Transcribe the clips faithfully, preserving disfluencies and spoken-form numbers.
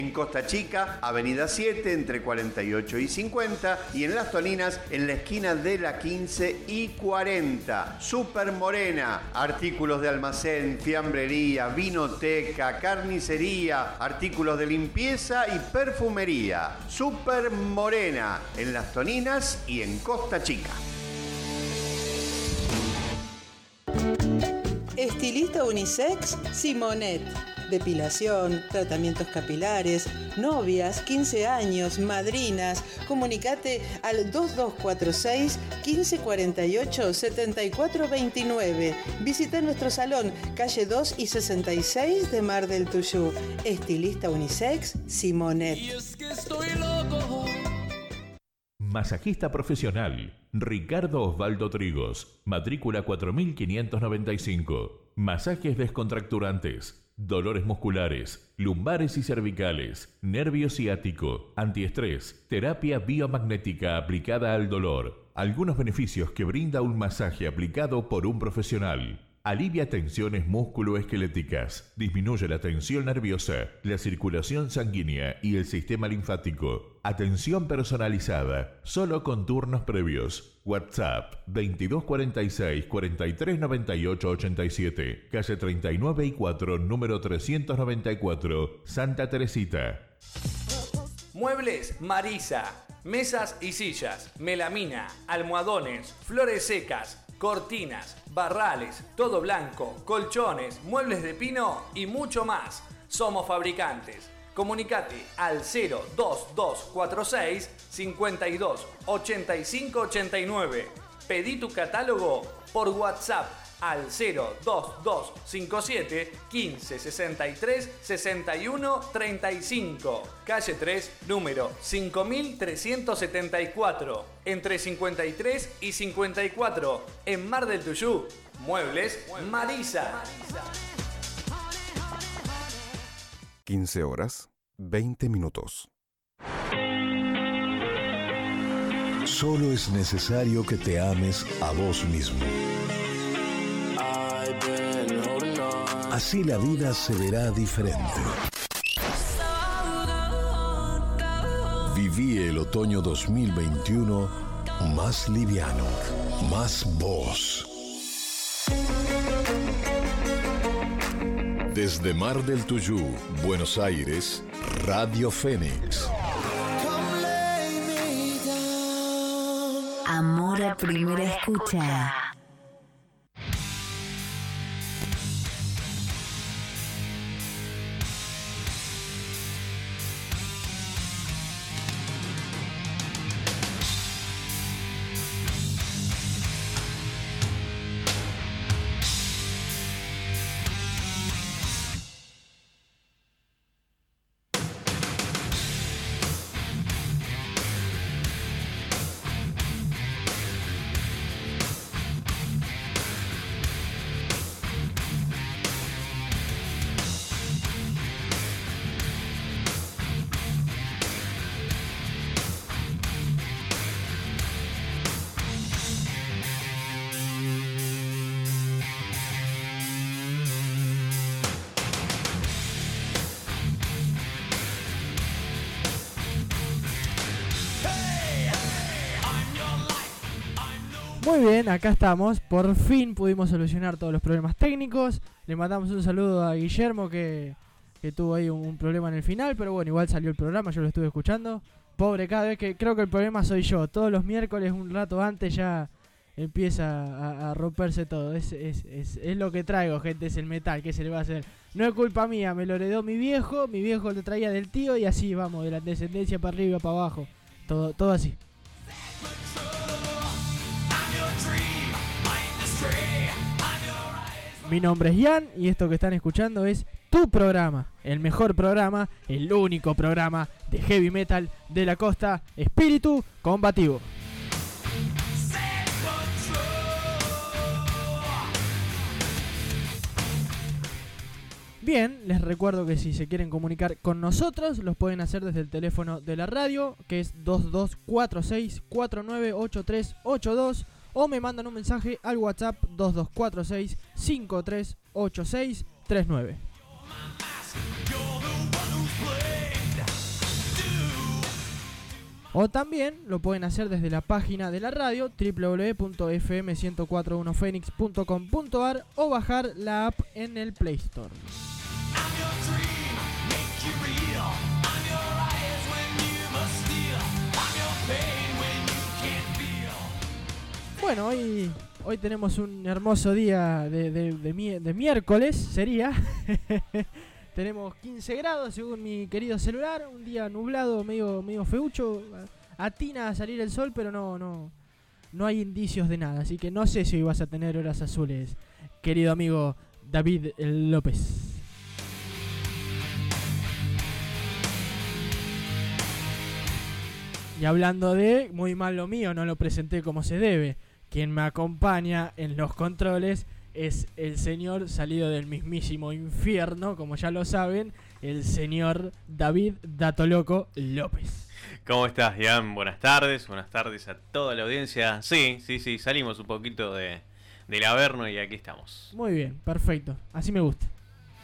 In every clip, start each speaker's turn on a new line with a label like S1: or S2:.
S1: En Costa Chica, Avenida siete, entre cuarenta y ocho y cincuenta, y en Las Toninas, en la esquina de la quince y cuarenta. Super Morena, artículos de almacén, fiambrería, vinoteca, carnicería, artículos de limpieza y perfumería. Super Morena, en Las Toninas y en Costa Chica.
S2: Estilista unisex, Simonet. Depilación, tratamientos capilares, novias, quince años, madrinas. Comunicate al dos dos cuatro seis, quince cuarenta y ocho, setenta y cuatro veintinueve. Visita nuestro salón, calle dos y sesenta y seis de Mar del Tuyú. Estilista unisex, Simonet.
S3: Y es que estoy loco.
S4: Masajista profesional, Ricardo Osvaldo Trigos, matrícula cuatro mil quinientos noventa y cinco. Masajes descontracturantes, dolores musculares, lumbares y cervicales, nervio ciático, antiestrés, terapia biomagnética aplicada al dolor. Algunos beneficios que brinda un masaje aplicado por un profesional. Alivia tensiones músculo-esqueléticas, disminuye la tensión nerviosa, la circulación sanguínea y el sistema linfático. Atención personalizada, solo con turnos previos. WhatsApp veintidós cuarenta y seis, cuarenta y tres noventa y ocho ochenta y siete, calle treinta y nueve y cuatro, número trescientos noventa y cuatro, Santa Teresita.
S5: Muebles Marisa, mesas y sillas, melamina, almohadones, flores secas, cortinas, barrales, todo blanco, colchones, muebles de pino y mucho más. Somos fabricantes. Comunicate al cero dos dos cuatro seis, cincuenta y dos, ochenta y cinco ochenta y nueve. Pedí tu catálogo por WhatsApp al cero dos dos cinco siete, quince sesenta y tres, sesenta y uno treinta y cinco. Calle tres, número cinco mil trescientos setenta y cuatro, entre cincuenta y tres y cincuenta y cuatro, en Mar del Tuyú. Muebles Marisa.
S6: quince horas, veinte minutos.
S7: Solo es necesario que te ames a vos mismo. Así la vida se verá diferente. Viví el otoño dos mil veintiuno más liviano, más vos. Desde Mar del Tuyú, Buenos Aires, Radio Fénix.
S8: Amor a primera escucha.
S9: Muy bien, acá estamos. Por fin pudimos solucionar todos los problemas técnicos. Le mandamos un saludo a Guillermo que, que tuvo ahí un, un problema en el final, pero bueno, igual salió el programa, yo lo estuve escuchando. Pobre, cada vez que creo que el problema soy yo. Todos los miércoles, un rato antes, ya empieza a, a romperse todo. Es, es, es, es lo que traigo, gente, es el metal. ¿Qué se le va a hacer? No es culpa mía, me lo heredó mi viejo. Mi viejo lo traía del tío y así vamos, de la descendencia para arriba, para abajo. Todo, todo así. Mi nombre es Ian y esto que están escuchando es tu programa, el mejor programa, el único programa de heavy metal de la costa, Espíritu Combativo. Bien, les recuerdo que si se quieren comunicar con nosotros, los pueden hacer desde el teléfono de la radio, que es dos dos cuatro seis, cuatro nueve ocho tres ocho dos, o me mandan un mensaje al WhatsApp dos dos cuatro seis, cinco tres ocho seis tres nueve. O también lo pueden hacer desde la página de la radio doble u doble u doble u punto efe eme ciento cuatro punto uno fénix punto com punto a r o bajar la app en el Play Store. Bueno, hoy, hoy tenemos un hermoso día de, de, de, de, de miércoles, sería. Tenemos quince grados según mi querido celular, un día nublado, medio, medio feucho, atina a salir el sol, pero no, no, no hay indicios de nada, así que no sé si hoy vas a tener horas azules, querido amigo David López. Y hablando de muy mal lo mío, no lo presenté como se debe. Quien me acompaña en los controles es el señor salido del mismísimo infierno, como ya lo saben, el señor David Datoloco López.
S10: ¿Cómo estás, Ian? Buenas tardes, buenas tardes a toda la audiencia. Sí, sí, sí, salimos un poquito de, del Averno y aquí estamos.
S9: Muy bien, perfecto, así me gusta.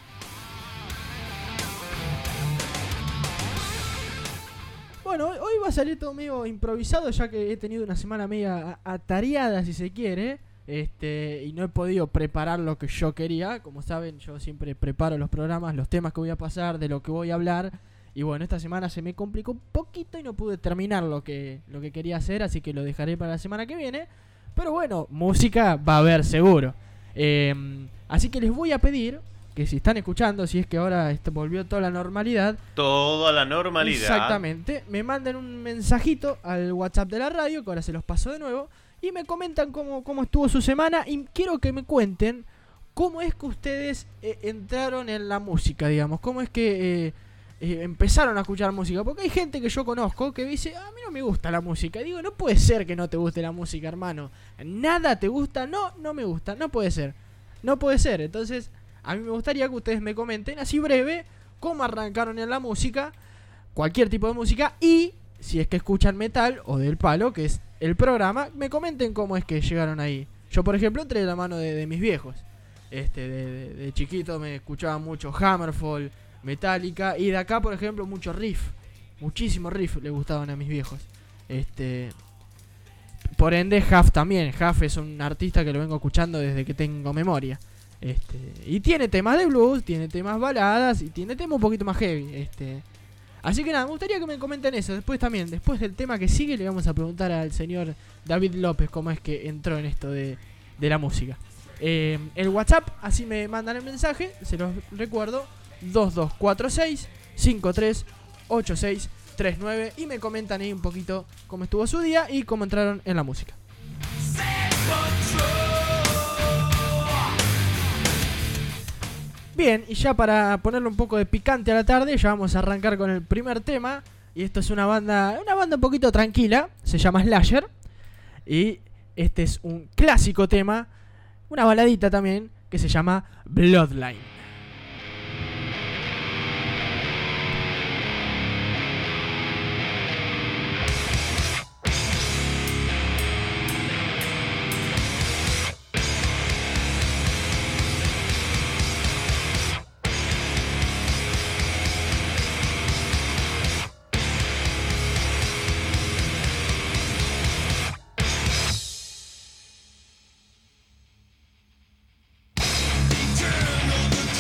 S9: Bueno, hoy va a salir todo medio improvisado, ya que he tenido una semana media atareada, si se quiere, este, y no he podido preparar lo que yo quería. Como saben, yo siempre preparo los programas, los temas que voy a pasar, de lo que voy a hablar. Y bueno, esta semana se me complicó un poquito y no pude terminar lo que, lo que quería hacer, así que lo dejaré para la semana que viene. Pero bueno, música va a haber seguro. Eh, así que les voy a pedir que si están escuchando, si es que ahora este, volvió toda la normalidad.
S10: Toda la normalidad.
S9: Exactamente. Me manden un mensajito al WhatsApp de la radio, que ahora se los paso de nuevo, y me comentan cómo, cómo estuvo su semana. Y quiero que me cuenten cómo es que ustedes eh, entraron en la música, digamos. Cómo es que eh, eh, empezaron a escuchar música. Porque hay gente que yo conozco que dice, a mí no me gusta la música. Y digo, no puede ser que no te guste la música, hermano. ¿Nada te gusta? No, no me gusta. No puede ser. No puede ser. Entonces, a mí me gustaría que ustedes me comenten, así breve, cómo arrancaron en la música, cualquier tipo de música, y si es que escuchan metal o del palo, que es el programa, me comenten cómo es que llegaron ahí. Yo, por ejemplo, entré de la mano de, de mis viejos. Este, de, de, de chiquito me escuchaba mucho Hammerfall, Metallica, y de acá, por ejemplo, mucho riff. Muchísimos riff le gustaban a mis viejos. Este, por ende, Huff también. Huff es un artista que lo vengo escuchando desde que tengo memoria. Este, y tiene temas de blues, tiene temas baladas y tiene temas un poquito más heavy. Este, así que nada, me gustaría que me comenten eso. Después también, después del tema que sigue, le vamos a preguntar al señor David López cómo es que entró en esto de, de la música. Eh, el WhatsApp, así me mandan el mensaje, se los recuerdo, dos dos cuatro seis, cinco tres ocho seis tres nueve, y me comentan ahí un poquito cómo estuvo su día y cómo entraron en la música. Bien, y ya para ponerle un poco de picante a la tarde, ya vamos a arrancar con el primer tema. Y esto es una banda, una banda un poquito tranquila, se llama Slasher. Y este es un clásico tema, una baladita también, que se llama Bloodline.
S3: Eternal, the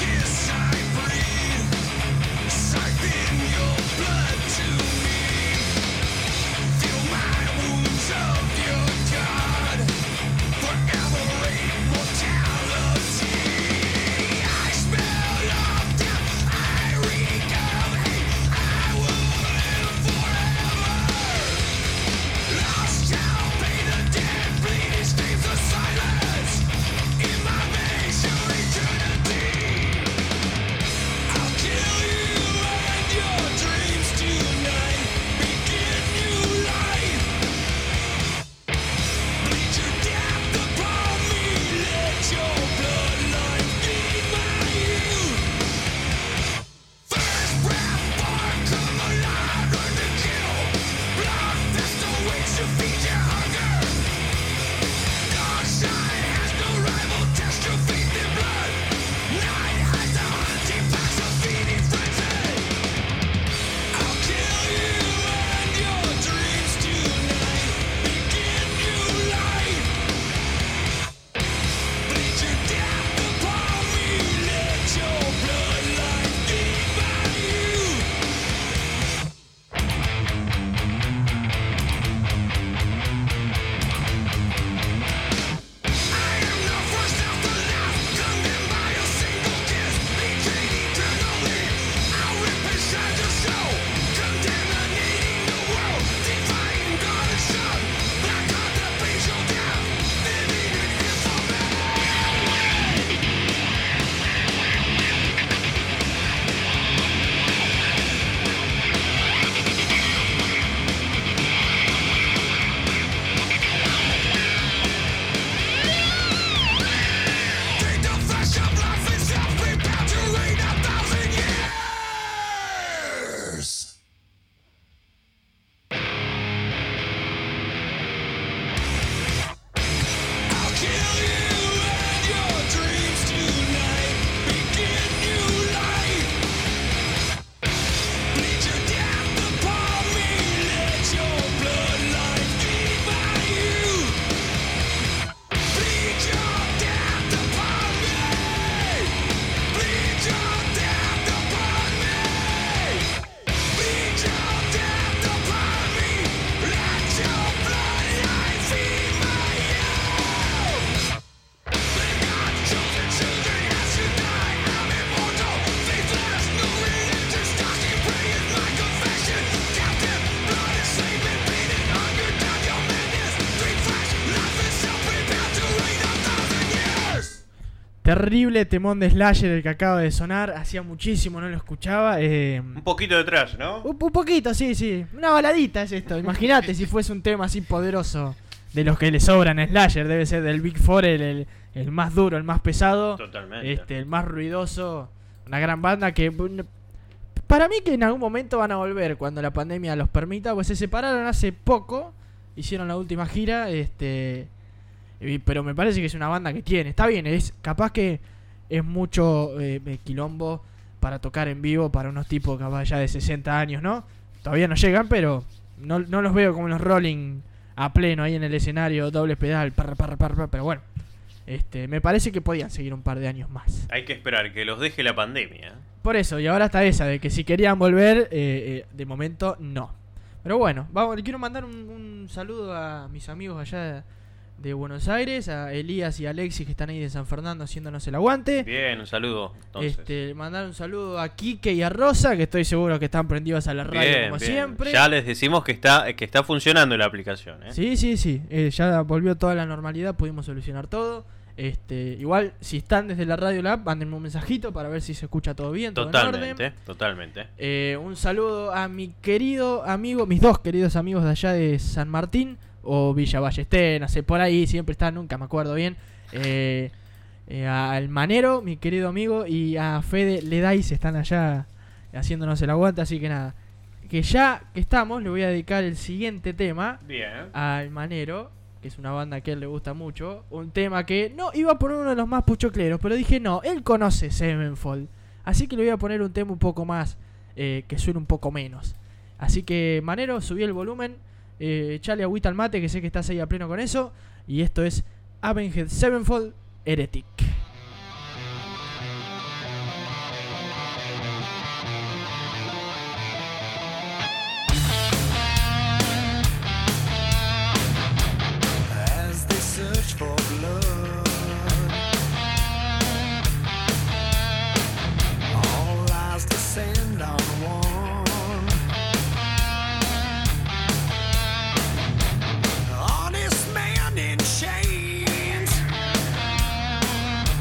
S9: Terrible temón de Slayer el que acaba de sonar. Hacía muchísimo no lo escuchaba. Eh,
S10: un poquito de trash, ¿no?
S9: Un, un poquito, sí, sí. Una baladita es esto. Imagínate si fuese un tema así poderoso. De los que le sobran a Slayer. Debe ser del Big Four el, el, el más duro, el más pesado.
S10: Totalmente.
S9: Este, el más ruidoso. Una gran banda que... Para mí que en algún momento van a volver cuando la pandemia los permita. Pues se separaron hace poco. Hicieron la última gira. Este... Pero me parece que es una banda que tiene. Está bien, es capaz que es mucho eh, quilombo para tocar en vivo para unos tipos capaz ya de sesenta años, ¿no? Todavía no llegan, pero no, no los veo como los Rolling a pleno ahí en el escenario, doble pedal, parra, parra, parra, pero bueno. Este, me parece que podían seguir un par de años más.
S10: Hay que esperar que los deje la pandemia.
S9: Por eso, y ahora está esa, de que si querían volver, eh, eh, de momento no. Pero bueno, vamos, le quiero mandar un, un saludo a mis amigos allá de Buenos Aires, a Elías y a Alexis que están ahí de San Fernando haciéndonos el aguante.
S10: Bien, un saludo. Entonces.
S9: Este, mandar un saludo a Quique y a Rosa, que estoy seguro que están prendidos a la radio
S10: bien,
S9: como
S10: bien.
S9: siempre.
S10: Ya les decimos que está que está funcionando la aplicación, ¿eh?
S9: Sí, sí, sí. Eh, ya volvió toda la normalidad, pudimos solucionar todo. Este, igual, si están desde la radio lab, mándenme un mensajito para ver si se escucha todo bien, todo
S10: totalmente,
S9: en orden.
S10: Totalmente.
S9: Eh, un saludo a mi querido amigo, mis dos queridos amigos de allá de San Martín o Villa Ballester, no sé, por ahí siempre están, nunca me acuerdo bien. Eh, eh, al Manero, mi querido amigo, y a Fede Ledais están allá haciéndonos el aguante, así que nada. Que ya que estamos, le voy a dedicar el siguiente tema
S10: bien.
S9: al Manero, que es una banda que a él le gusta mucho. Un tema que no iba a poner uno de los más puchocleros, pero dije no, él conoce Sevenfold, así que le voy a poner un tema un poco más, eh, que suene un poco menos. Así que Manero, subí el volumen. Eh, echale agüita al mate, que sé que estás ahí a pleno con eso. Y esto es Avenged Sevenfold Heretic.
S3: As they search for blood, all eyes descend on one. In chains,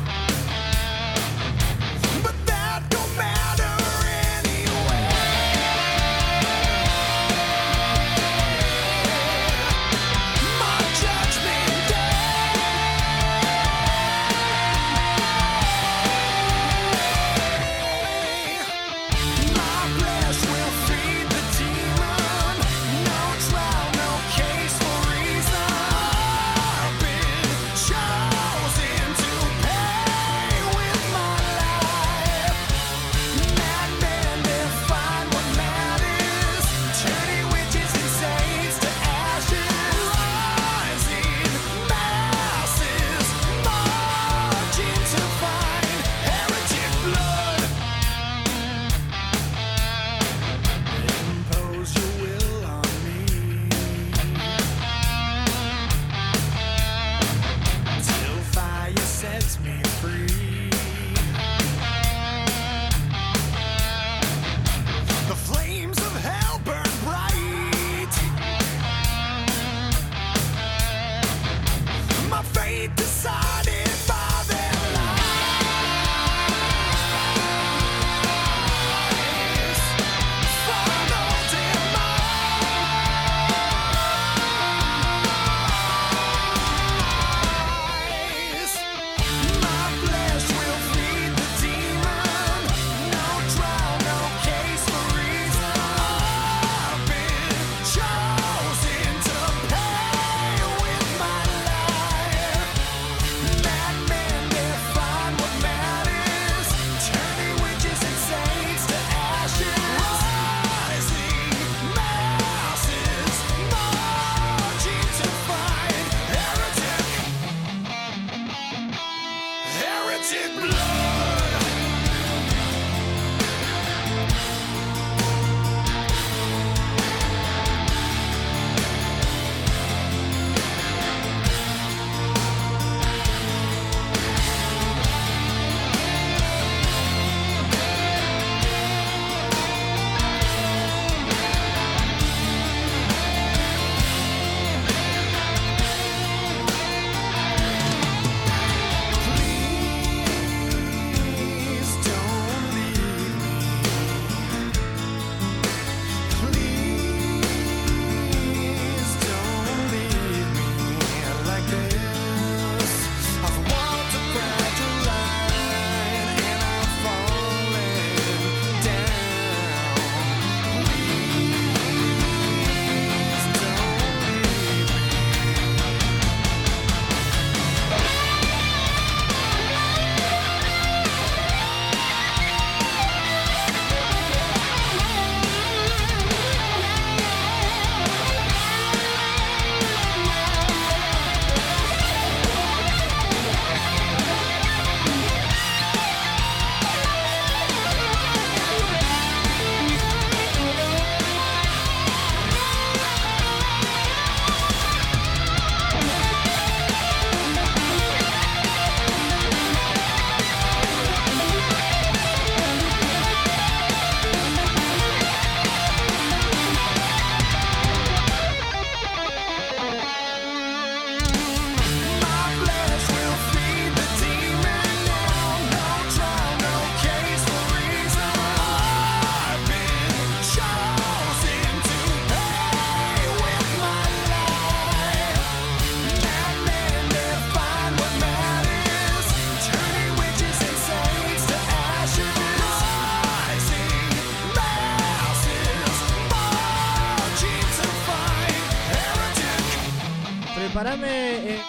S9: parame. Eh.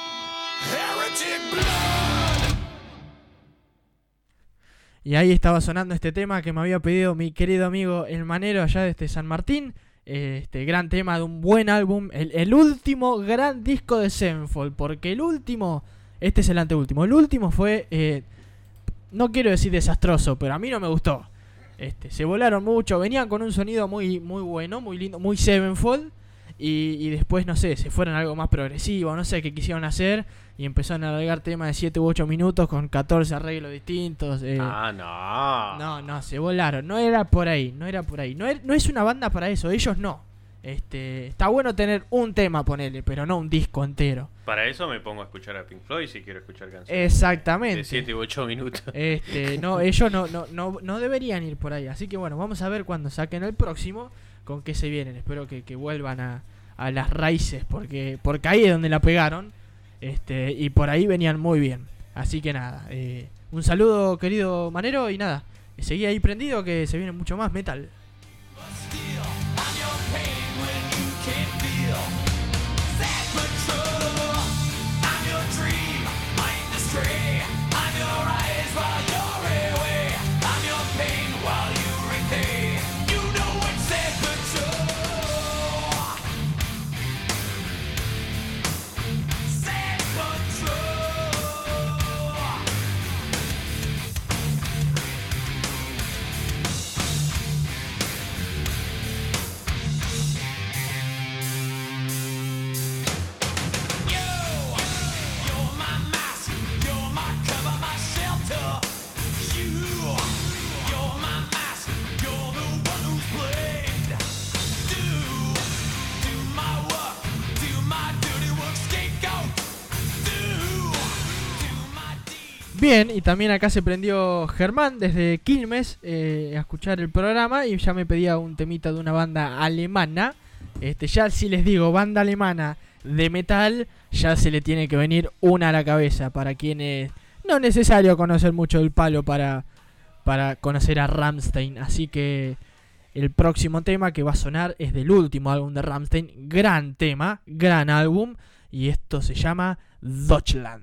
S9: Y ahí estaba sonando este tema que me había pedido mi querido amigo El Manero allá desde San Martín. Este gran tema de un buen álbum. El, el último gran disco de Sevenfold. Porque el último, este es el anteúltimo. El último fue, eh, no quiero decir desastroso, pero a mí no me gustó. Este, se volaron mucho. Venían con un sonido muy, muy bueno, muy lindo, muy Sevenfold. Y, y después, no sé, se fueron a algo más progresivo, no sé qué quisieron hacer. Y empezaron a alargar temas de siete u ocho minutos con catorce arreglos distintos. Eh.
S10: Ah, no.
S9: No, no, se volaron. No era por ahí, no era por ahí. No, er, no es una banda para eso, ellos no. Este, está bueno tener un tema, ponele, pero no un disco entero.
S10: Para eso me pongo a escuchar a Pink Floyd si quiero escuchar canciones.
S9: Exactamente.
S10: De siete u ocho minutos.
S9: Este, no, ellos no, no, no, no deberían ir por ahí. Así que bueno, vamos a ver cuando saquen el próximo con qué se vienen. Espero que, que vuelvan a, a las raíces, porque, porque ahí es donde la pegaron. Este, y por ahí venían muy bien. Así que nada, eh, un saludo querido Manero. Y nada, seguí ahí prendido que se viene mucho más metal. Bien, y también acá se prendió Germán desde Quilmes eh, a escuchar el programa y ya me pedía un temita de una banda alemana. Este, ya si les digo banda alemana de metal, ya se le tiene que venir una a la cabeza. Para quienes no es necesario conocer mucho el palo para, para conocer a Rammstein. Así que el próximo tema que va a sonar es del último álbum de Rammstein. Gran tema, gran álbum. Y esto se llama Deutschland.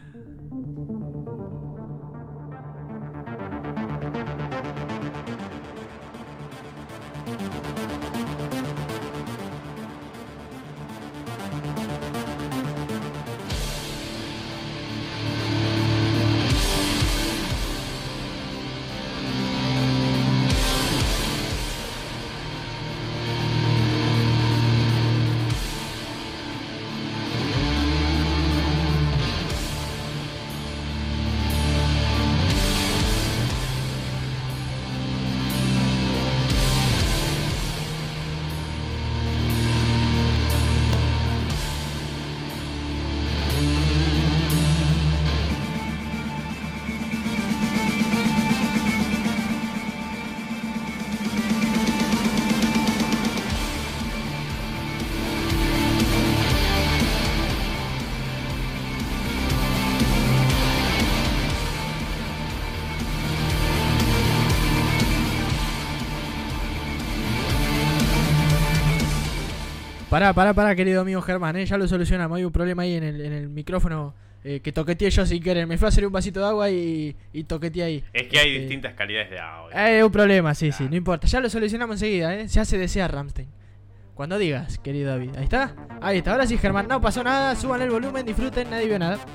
S9: Pará, pará, pará, querido amigo Germán, ¿eh? Ya lo solucionamos. Hay un problema ahí en el, en el micrófono eh, que toqueteé yo sin querer. Me fui a hacer un vasito de agua y, y toqueteé ahí.
S10: Es que hay
S9: este,
S10: distintas calidades de agua.
S9: Es eh, un problema, sí, claro. Sí, no importa. Ya lo solucionamos enseguida, ¿eh? Ya se desea Rammstein. Cuando digas, querido David. Ahí está, ahí está. Ahora sí, Germán, no pasó nada. Suban el volumen, disfruten, nadie vio nada.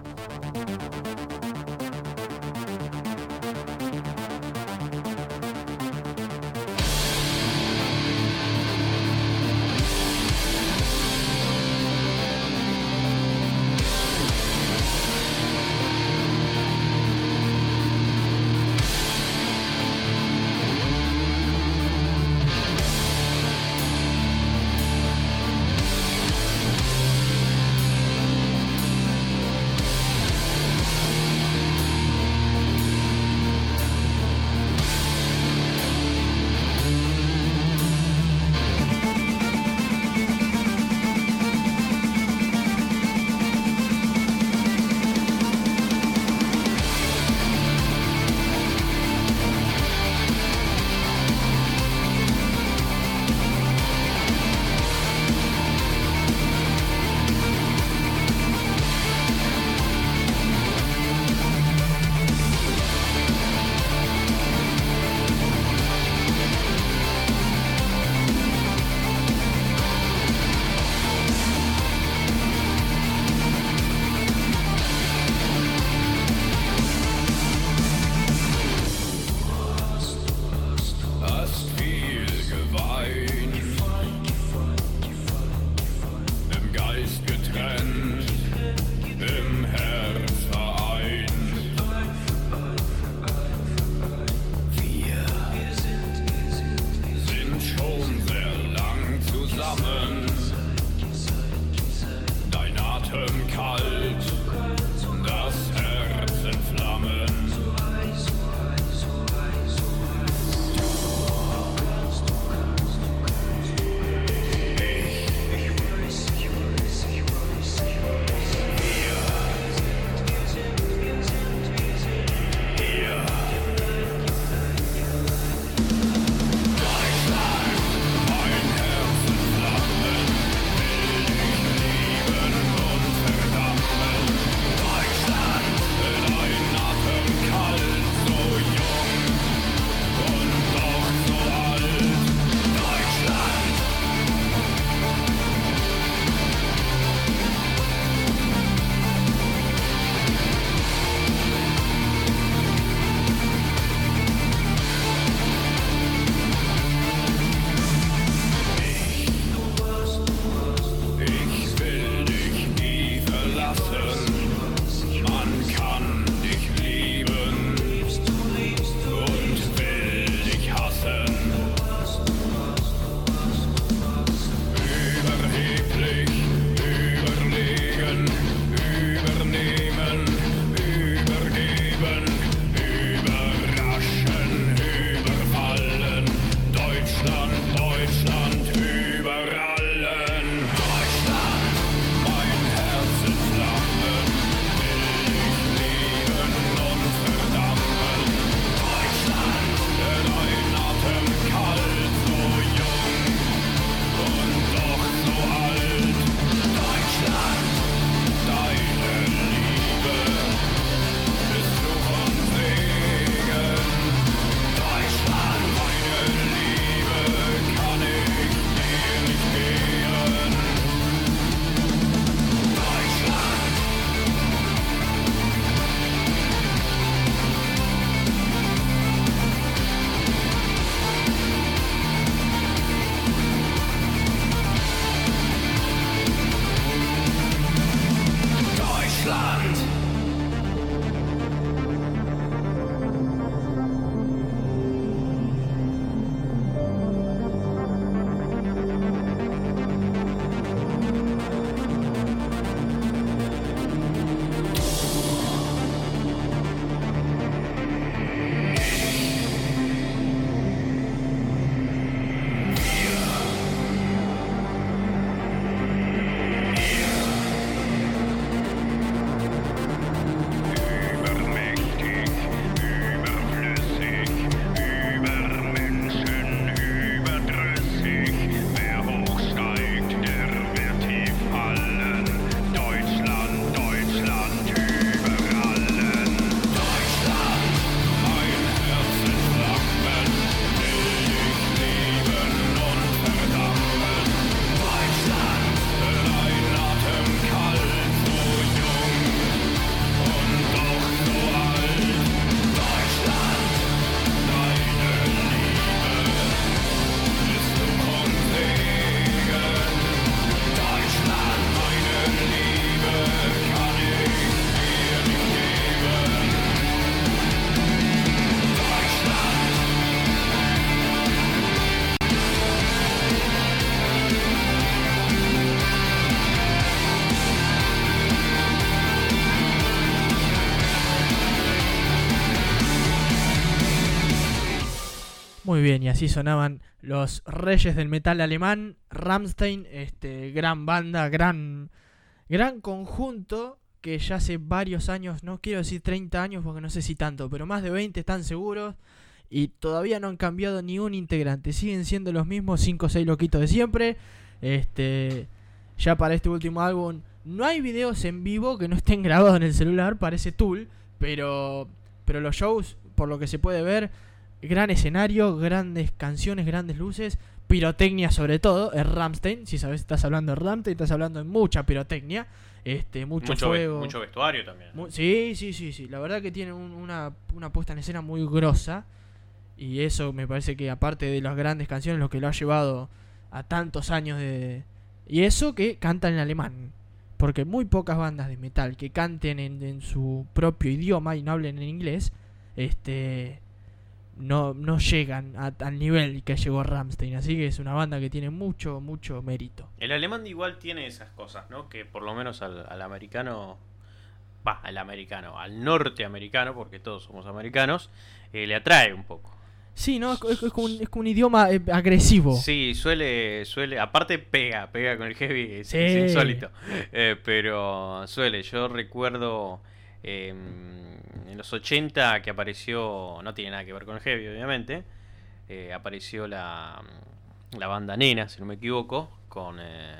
S9: Muy bien, y así sonaban los reyes del metal alemán, Rammstein, este, gran banda, gran, gran conjunto, que ya hace varios años, no quiero decir treinta años porque no sé si tanto, pero más de veinte están seguros, y todavía no han cambiado ni un integrante, siguen siendo los mismos cinco o seis loquitos de siempre. Este, ya para este último álbum no hay videos en vivo que no estén grabados en el celular, parece Tool, pero, pero los shows, por lo que se puede ver, gran escenario, grandes canciones, grandes luces, pirotecnia sobre todo, es Rammstein. Si sabes, estás hablando de Rammstein, estás hablando de mucha pirotecnia, este, mucho,
S10: mucho
S9: fuego.
S10: Ve, mucho vestuario también.
S9: Mu- sí, sí, sí, sí. La verdad que tiene un, una, una puesta en escena muy grosa. Y eso me parece que aparte de las grandes canciones, lo que lo ha llevado a tantos años de... Y eso que cantan en alemán. Porque muy pocas bandas de metal que canten en, en su propio idioma y no hablen en inglés, este... No, no llegan a, al nivel que llegó Rammstein. Así que es una banda que tiene mucho, mucho mérito.
S10: El alemán igual tiene esas cosas, ¿no? Que por lo menos al, al americano, va, al americano, al norteamericano, porque todos somos americanos, eh, le atrae un poco.
S9: Sí, ¿no? Es, es, es, como, un, es como un idioma eh, agresivo.
S10: Sí, suele, suele, aparte pega, pega con el heavy, es,
S9: Sí.
S10: es insólito. Eh, pero suele, yo recuerdo... Eh, en los ochenta que apareció, no tiene nada que ver con el heavy obviamente, eh, apareció la, la banda Nena, si no me equivoco, con eh,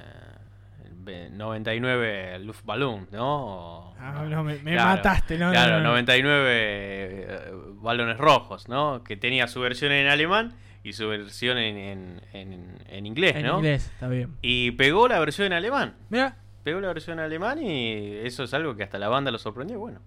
S10: el noventa y nueve Luftballon, ¿no?
S9: Ah, no, me, me
S10: Claro,
S9: mataste, ¿no?
S10: Claro,
S9: no, no.
S10: noventa y nueve eh, balones rojos, ¿no? Que tenía su versión en alemán y su versión en, en, en, en inglés,
S9: En
S10: ¿no?
S9: inglés, está bien.
S10: Y pegó la versión en alemán.
S9: Mira.
S10: Pegó la versión en alemán y eso es algo que hasta la banda lo sorprendió, bueno.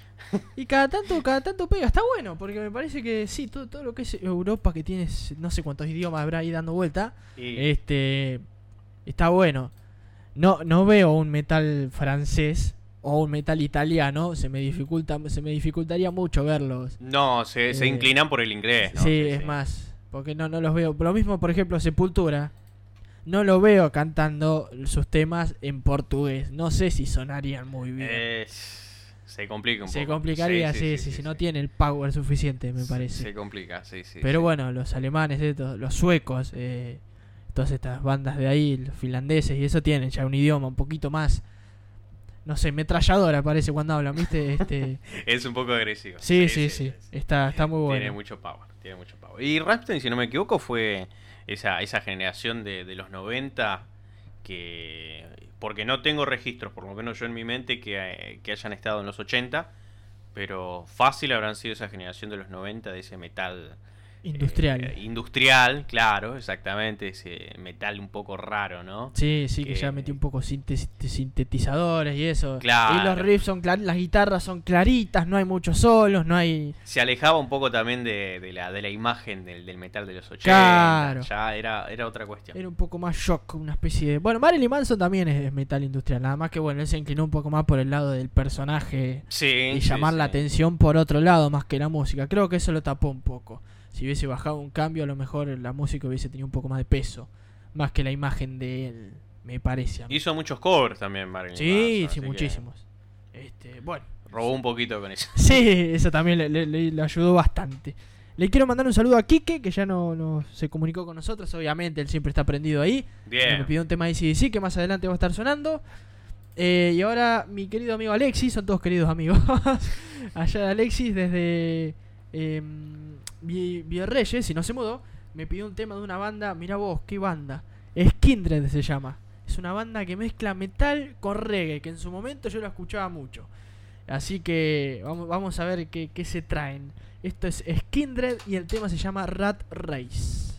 S9: Y cada tanto, cada tanto pega, está bueno, porque me parece que sí, todo, todo lo que es Europa, que tiene no sé cuántos idiomas habrá ahí dando vuelta,
S10: Y-
S9: este está bueno. No, no veo un metal francés o un metal italiano, se me dificulta, se me dificultaría mucho verlos.
S10: No, se, se
S9: Eh,
S10: inclinan por el inglés, ¿no?
S9: Sí, es más, porque no, no los veo. Lo mismo, por ejemplo, Sepultura. No lo veo cantando sus temas en portugués. No sé si sonarían muy bien.
S10: Eh, se complica un
S9: Se
S10: poco.
S9: complicaría, sí, sí, si no tiene el power suficiente, me parece.
S10: Se complica, sí, sí.
S9: Pero
S10: sí.
S9: bueno, los alemanes, estos, los suecos, eh, todas estas bandas de ahí, los finlandeses y eso tienen ya un idioma un poquito más, no sé, metralladora parece cuando hablan, ¿viste? Este...
S10: Es un poco agresivo.
S9: Sí, sí, sí, sí. Está, está muy bueno.
S10: Tiene mucho power, tiene mucho power. Y Rammstein, si no me equivoco, fue esa, esa generación de, de los noventa que... Porque no tengo registros, por lo menos yo en mi mente, que, que hayan estado en los ochenta, pero fácil habrán sido esa generación de los noventa, de ese metal...
S9: Industrial.
S10: Eh, industrial, claro, exactamente, ese metal un poco raro, ¿no?
S9: Sí, sí, que, que ya metió un poco sintes, sintetizadores y eso.
S10: Claro.
S9: Y los riffs son clar las guitarras son claritas, no hay muchos solos, no hay...
S10: Se alejaba un poco también de, de, la, de la imagen del, del metal de los ochenta.
S9: Claro.
S10: Ya era, era otra cuestión.
S9: Era un poco más shock, una especie de... Bueno, Marilyn Manson también es, es metal industrial, nada más que bueno, él se inclinó un poco más por el lado del personaje
S10: sí,
S9: y
S10: sí,
S9: llamar
S10: sí.
S9: la atención por otro lado más que la música. Creo que eso lo tapó un poco. Si hubiese bajado un cambio, a lo mejor la música hubiese tenido un poco más de peso, más que la imagen de él, me parece a mí.
S10: Hizo muchos covers también, Marilyn
S9: Sí,
S10: Manson,
S9: sí,
S10: así
S9: muchísimos. Este, bueno.
S10: Robó un poquito con eso.
S9: Sí, eso también le, le, le ayudó bastante. Le quiero mandar un saludo a Quique, que ya no, no se comunicó con nosotros, obviamente, él siempre está prendido ahí.
S10: Bien.
S9: Me pidió un tema de A C D C que más adelante va a estar sonando. Eh, y ahora mi querido amigo Alexis, son todos queridos amigos. Allá Alexis desde... Eh, Vierreyes, si no se mudó, me pidió un tema de una banda. Mira vos, qué banda. Skindred se llama. Es una banda que mezcla metal con reggae, que en su momento yo la escuchaba mucho. Así que vamos, vamos a ver qué, qué se traen. Esto es Skindred y el tema se llama Rat Race.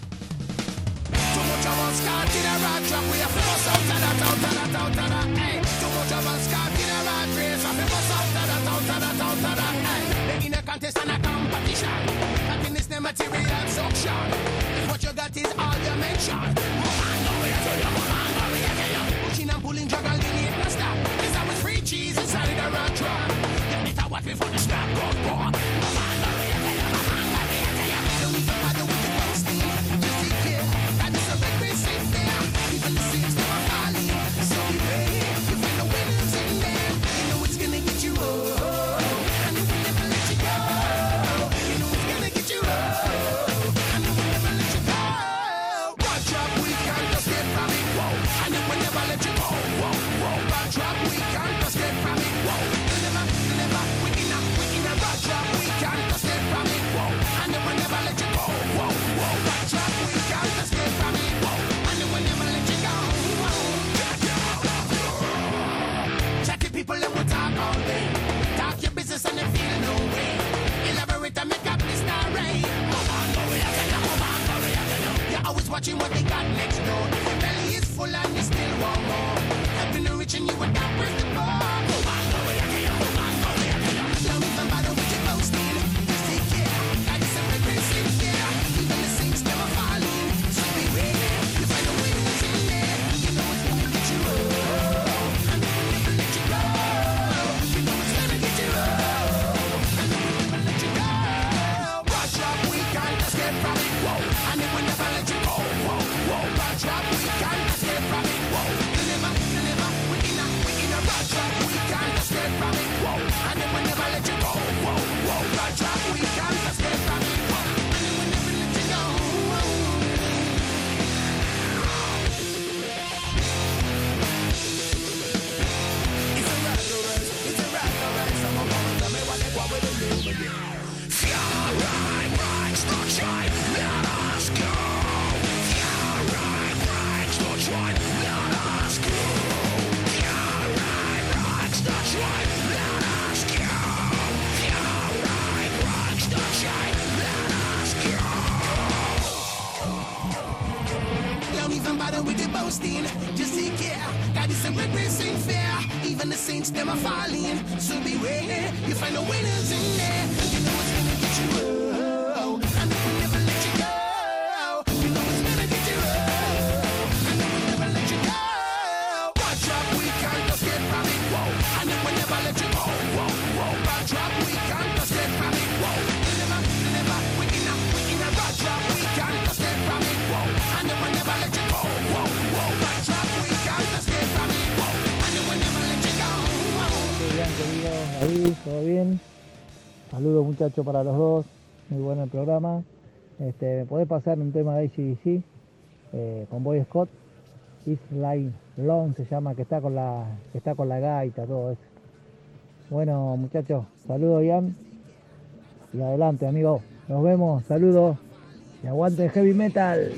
S3: Contest and a competition. Happiness the material suction. If what you got is all you mention. Come on, go here to you, come on, go here to you. Pushing and pulling, juggle, you need no stop. Cause I was free cheese inside the rat trap. Yeah, it's a what we for the snap, go, go. Come on, go here to you, come on, go here to you. Don't need to bother with the wasting. Just take care, that is a big base in there. Even the seats that are falling. So be ready, you find the winners in there. You know it's gonna get you all. And if you never let you go, you know it's gonna get you all. And boasting. Just take care, God is a repressing fear. Even the saints, them are falling. So beware, you find the winners in there. You know it's gonna get you low, and it will never let you go. You know it's gonna get you low, and it will never let you go. Watch out, we can't just get from it, whoa, and it will never let you go, whoa, whoa. Watch out, we can't just get from it, whoa. Never, never, we in a, we in a watch out, we can't just get from it, whoa, and it will never let you go, whoa, whoa. Watch out, we can't just get from it, whoa, and it will never let you go, whoa.
S11: Muy bien, querido David, todo bien. Saludos muchachos para los dos, muy bueno el programa. Este, ¿me podés pasar un tema de A C D C eh, con Boy Scott? It's Like Long se llama, que está con la que está con la gaita, todo eso. Bueno muchachos, saludos Ian y adelante amigo, nos vemos, saludos y aguante el heavy metal.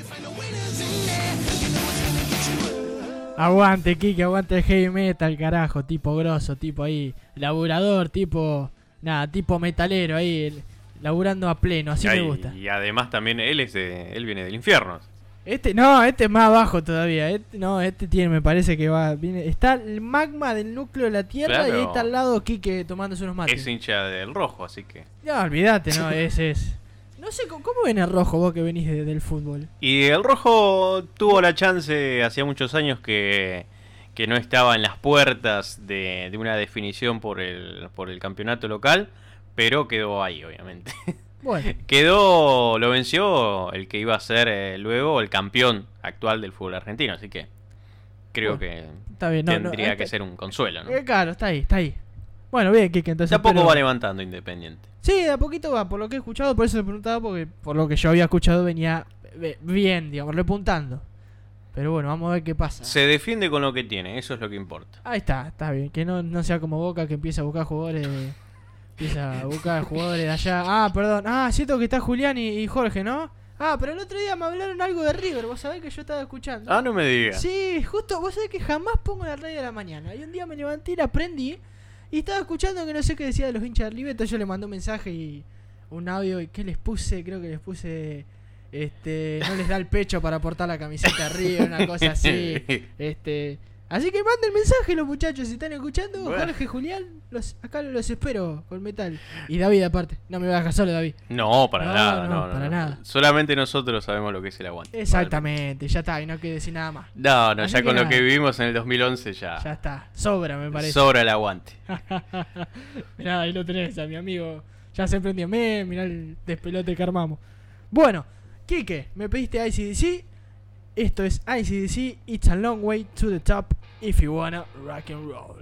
S9: Aguante, Kike, aguante el heavy metal, carajo, tipo grosso, tipo ahí, laburador, tipo, nada, tipo metalero ahí, el, laburando a pleno, así
S10: y,
S9: me gusta.
S10: Y además también él es de, él viene del infierno.
S9: Este, no, este es más abajo todavía, este, no, este tiene, me parece que va, viene, está el magma del núcleo de la Tierra. Claro. Y ahí está al lado Kike tomándose unos mates.
S10: Es hincha del Rojo, así que...
S9: No, olvídate, no, ese es... No sé, ¿cómo, cómo ven el Rojo vos que venís de, del fútbol?
S10: Y el Rojo tuvo la chance hacía muchos años que, que no estaba en las puertas de, de una definición por el, por el campeonato local, pero quedó ahí, obviamente.
S9: Bueno.
S10: Quedó, lo venció el que iba a ser eh, luego el campeón actual del fútbol argentino, así que creo bueno, que
S9: está bien, no,
S10: tendría
S9: no,
S10: que
S9: es,
S10: ser un consuelo, ¿no?
S9: Eh, claro, está ahí, está ahí. Bueno, bien, Kike, entonces...
S10: Tampoco
S9: pero...
S10: va levantando Independiente.
S9: Sí, de a poquito va, por lo que he escuchado, por eso le preguntaba, porque por lo que yo había escuchado venía bien, digamos, repuntando. Pero bueno, vamos a ver qué pasa.
S10: Se defiende con lo que tiene, eso es lo que importa.
S9: Ahí está, está bien, que no, no sea como Boca que empieza a buscar jugadores... Empieza a buscar jugadores de allá. Ah, perdón, ah, siento que está Julián y, y Jorge, ¿no? Ah, pero el otro día me hablaron algo de River, vos sabés que yo estaba escuchando.
S10: Ah, no me digas.
S9: Sí, justo, vos sabés que jamás pongo la radio de la mañana. Y un día me levanté y la prendí y estaba escuchando que no sé qué decía de los hinchas de River. Entonces yo le mandé un mensaje y un audio. ¿Y qué les puse? Creo que les puse... Este, no les da el pecho para portar la camiseta de River, una cosa así. Este... Así que manden el mensaje los muchachos, si están escuchando, bueno. Jorge, Julián, los, acá los espero con metal. Y David aparte, no me vas a dejar solo, David.
S10: No, para no, nada, no, no,
S9: para
S10: no.
S9: nada.
S10: Solamente nosotros sabemos lo que es el aguante.
S9: Exactamente, ya está, y no hay que decir nada más.
S10: No, no,
S9: Así
S10: ya con
S9: nada.
S10: lo que vivimos en el dos mil once ya...
S9: Ya está, sobra me parece.
S10: Sobra el aguante.
S9: Mirá, ahí lo tenés a mi amigo, ya se prendió, me, mirá el despelote que armamos. Bueno, Kike, me pediste A C D C. Esto es A C D C, It's a Long Way to the Top if you wanna rock and roll.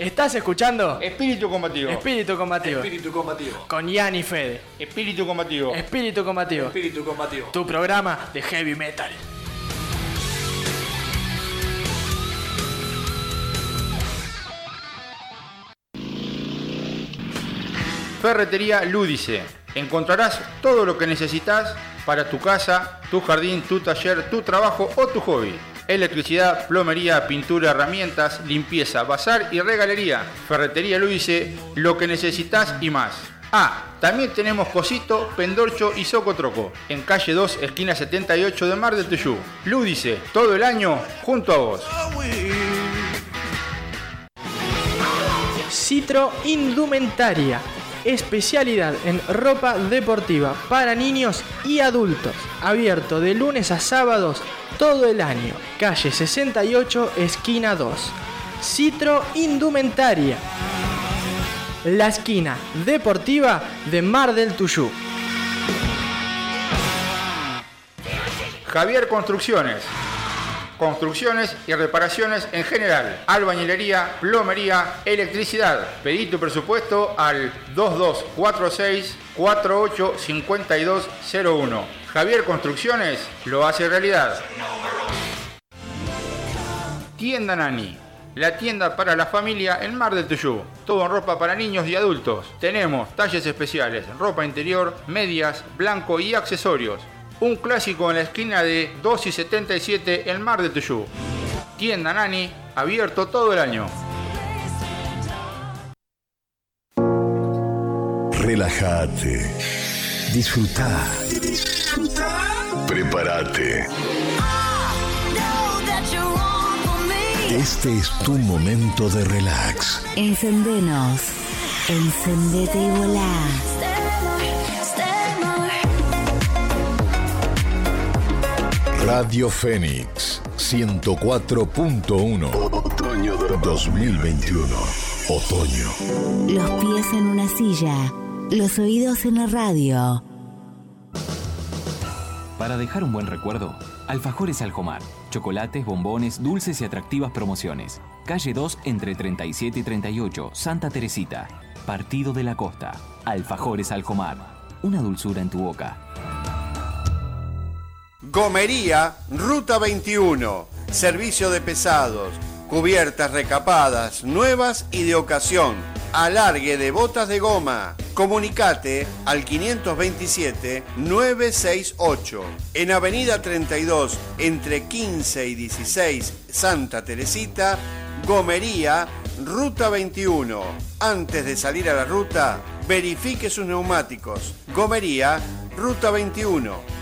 S9: ¿Estás escuchando?
S12: Espíritu combativo.
S9: Espíritu combativo.
S5: Espíritu combativo.
S9: Con Ian y Fede.
S12: Espíritu combativo.
S9: Espíritu combativo.
S5: Espíritu combativo.
S9: Tu programa de heavy metal.
S12: Ferretería Lúdice. Encontrarás todo lo que necesitas para tu casa, tu jardín, tu taller, tu trabajo o tu hobby. Electricidad, plomería, pintura, herramientas, limpieza, bazar y regalería. Ferretería Lúdice, lo que necesitas y más. Ah, también tenemos Cosito, Pendorcho y Socotroco. En calle dos, esquina setenta y ocho de Mar del Tuyú. Lúdice, todo el año junto a vos.
S9: Citro Indumentaria. Especialidad en ropa deportiva para niños y adultos. Abierto de lunes a sábados todo el año. Calle sesenta y ocho, esquina dos. Citro Indumentaria. La esquina deportiva de Mar del Tuyú.
S12: Javier Construcciones. Construcciones y reparaciones en general. Albañilería, plomería, electricidad. Pedí tu presupuesto al dos dos cuatro seis cuatro ocho cinco dos cero uno. Javier Construcciones lo hace realidad. Tienda Nani. La tienda para la familia en Mar del Tuyú. Todo en ropa para niños y adultos. Tenemos talles especiales, ropa interior, medias, blanco y accesorios. Un clásico en la esquina de dos y setenta y siete en Mar del Tuyú. Tienda Nani, abierto todo el año.
S7: Relájate. Disfrutá. Prepárate. Este es tu momento de relax.
S8: Encendenos. Encendete y volá.
S7: Radio Fénix ciento cuatro punto uno. Otoño dos mil veintiuno. Otoño.
S8: Los pies en una silla, los oídos en la radio.
S13: Para dejar un buen recuerdo, Alfajores Aljomar. Chocolates, bombones, dulces y atractivas promociones. Calle dos entre treinta y siete y treinta y ocho, Santa Teresita. Partido de la Costa. Alfajores Aljomar. Una dulzura en tu boca.
S1: Gomería Ruta veintiuno. Servicio de pesados, cubiertas recapadas, nuevas y de ocasión. Alargue de botas de goma. Comunicate al quinientos veintisiete novecientos sesenta y ocho. En Avenida treinta y dos, entre quince y dieciséis, Santa Teresita. Gomería Ruta veintiuno. Antes de salir a la ruta, verifique sus neumáticos. Gomería Ruta veintiuno.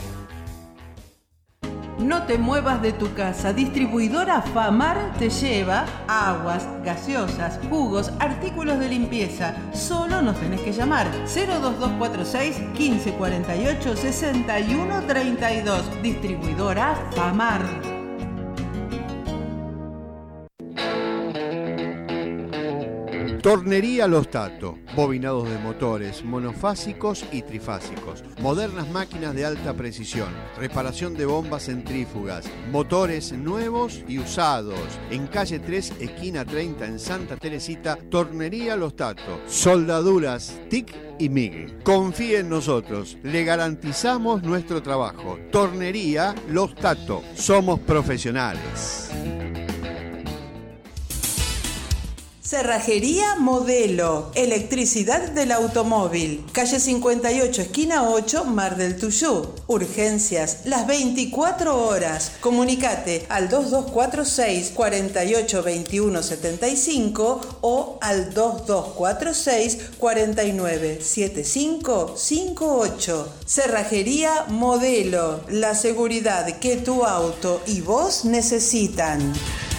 S2: No te muevas de tu casa. Distribuidora Famar te lleva aguas, gaseosas, jugos, artículos de limpieza. Solo nos tenés que llamar cero dos dos cuatro seis uno cinco cuatro ocho seis uno tres dos. Distribuidora Famar.
S1: Tornería Los Tato, bobinados de motores, monofásicos y trifásicos, modernas máquinas de alta precisión, reparación de bombas centrífugas, motores nuevos y usados. En calle tres, esquina treinta en Santa Teresita, Tornería Los Tato, soldaduras T I C y M I G. Confíe en nosotros, le garantizamos nuestro trabajo. Tornería Los Tato, somos profesionales.
S2: Cerrajería Modelo, electricidad del automóvil, calle cincuenta y ocho, esquina ocho, Mar del Tuyú. Urgencias, las veinticuatro horas. Comunicate al dos dos cuatro seis cuatro ocho dos uno siete cinco o al dos dos cuatro seis cuatro nueve siete cinco cinco ocho. Cerrajería Modelo, la seguridad que tu auto y vos necesitan.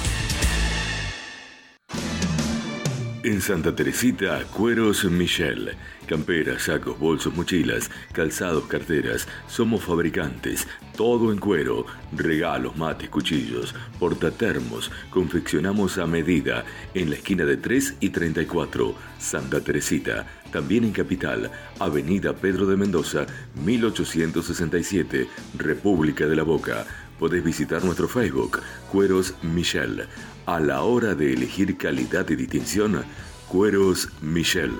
S14: En Santa Teresita, Cueros Michel. Camperas, sacos, bolsos, mochilas, calzados, carteras. Somos fabricantes. Todo en cuero. Regalos, mates, cuchillos, portatermos. Confeccionamos a medida. En la esquina de tres y treinta y cuatro. Santa Teresita. También en Capital. Avenida Pedro de Mendoza, mil ochocientos sesenta y siete. República de la Boca. Podés visitar nuestro Facebook, Cueros Michel. A la hora de elegir calidad y distinción, Cueros Michel.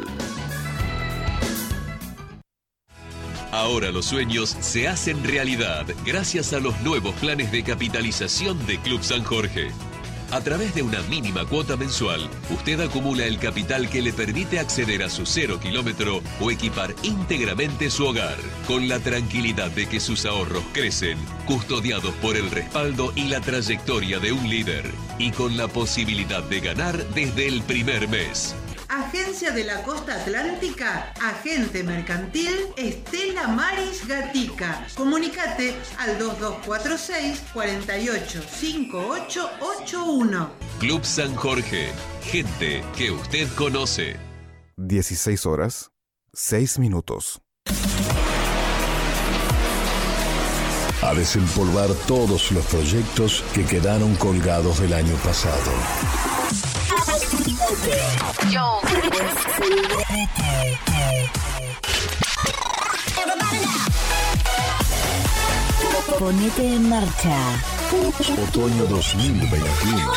S15: Ahora los sueños se hacen realidad gracias a los nuevos planes de capitalización de Club San Jorge. A través de una mínima cuota mensual, usted acumula el capital que le permite acceder a su cero kilómetro o equipar íntegramente su hogar, con la tranquilidad de que sus ahorros crecen, custodiados por el respaldo y la trayectoria de un líder, y con la posibilidad de ganar desde el primer mes.
S2: Agencia de la Costa Atlántica, Agente Mercantil Estela Maris Gatica. Comunicate al dos dos cuatro seis, cuatro ocho cinco ocho ocho uno.
S15: Club San Jorge, gente que usted conoce.
S6: dieciséis horas, seis minutos.
S7: A desempolvar todos los proyectos que quedaron colgados del año pasado.
S8: Ponete en marcha.
S7: Otoño dos mil veintiuno.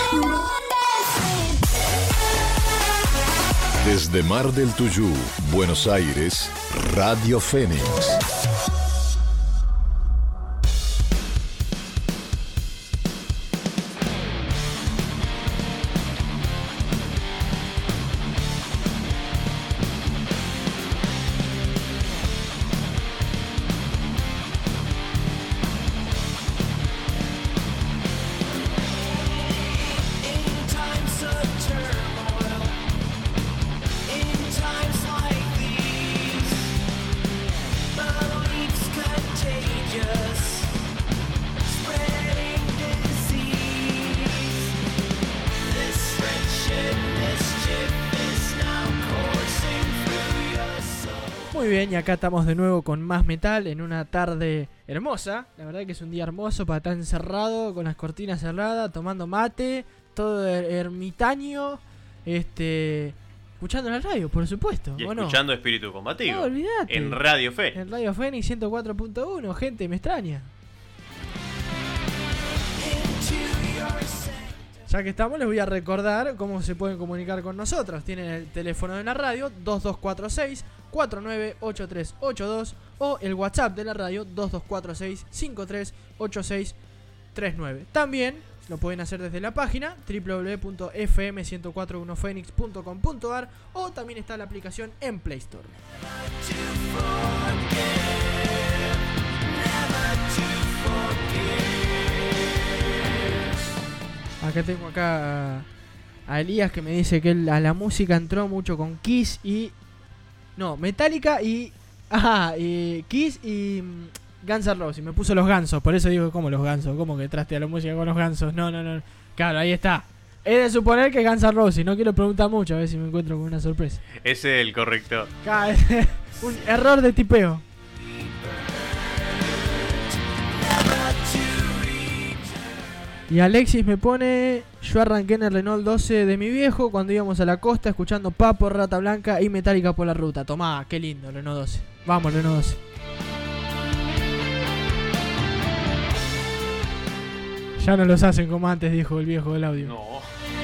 S7: Desde Mar del Tuyú, Buenos Aires, Radio Fénix.
S9: Muy bien, y acá estamos de nuevo con más metal en una tarde hermosa. La verdad que es un día hermoso para estar encerrado, con las cortinas cerradas, tomando mate, todo ermitaño, este, escuchando la radio, por supuesto.
S10: Y
S9: ¿o no?
S10: escuchando Espíritu Combativo.
S9: No, olvidate.
S10: En Radio Fénix.
S9: En Radio Fénix ciento cuatro punto uno, gente, me extraña. Ya que estamos, les voy a recordar cómo se pueden comunicar con nosotros. Tienen el teléfono de la radio dos dos cuatro seis, cuatro nueve ocho tres ocho dos o el WhatsApp de la radio dos dos cuatro seis, cinco tres ocho seis tres nueve. También lo pueden hacer desde la página doble u doble u doble u punto f m ciento cuatro punto uno fénix punto com punto a r o también está la aplicación en Play Store. Acá tengo acá a, a Elías que me dice que él a la música entró mucho con Kiss y... No, Metallica y... Ajá, y Kiss y mm, Guns N' Roses. Y me puso los gansos, por eso digo, ¿cómo los gansos? ¿Cómo que traste a la música con los gansos? No, no, no. Claro, ahí está. Es de suponer que Guns N' Roses. No quiero preguntar mucho, a ver si me encuentro con una sorpresa.
S10: Ese es el correcto.
S9: Claro, un error de tipeo. Y Alexis me pone: yo arranqué en el Renault doce de mi viejo cuando íbamos a la costa escuchando Papo, Rata Blanca y Metallica por la ruta. Tomá, qué lindo el Renault doce. Vamos, Renault doce. Ya no los hacen como antes, dijo el viejo del audio.
S10: No.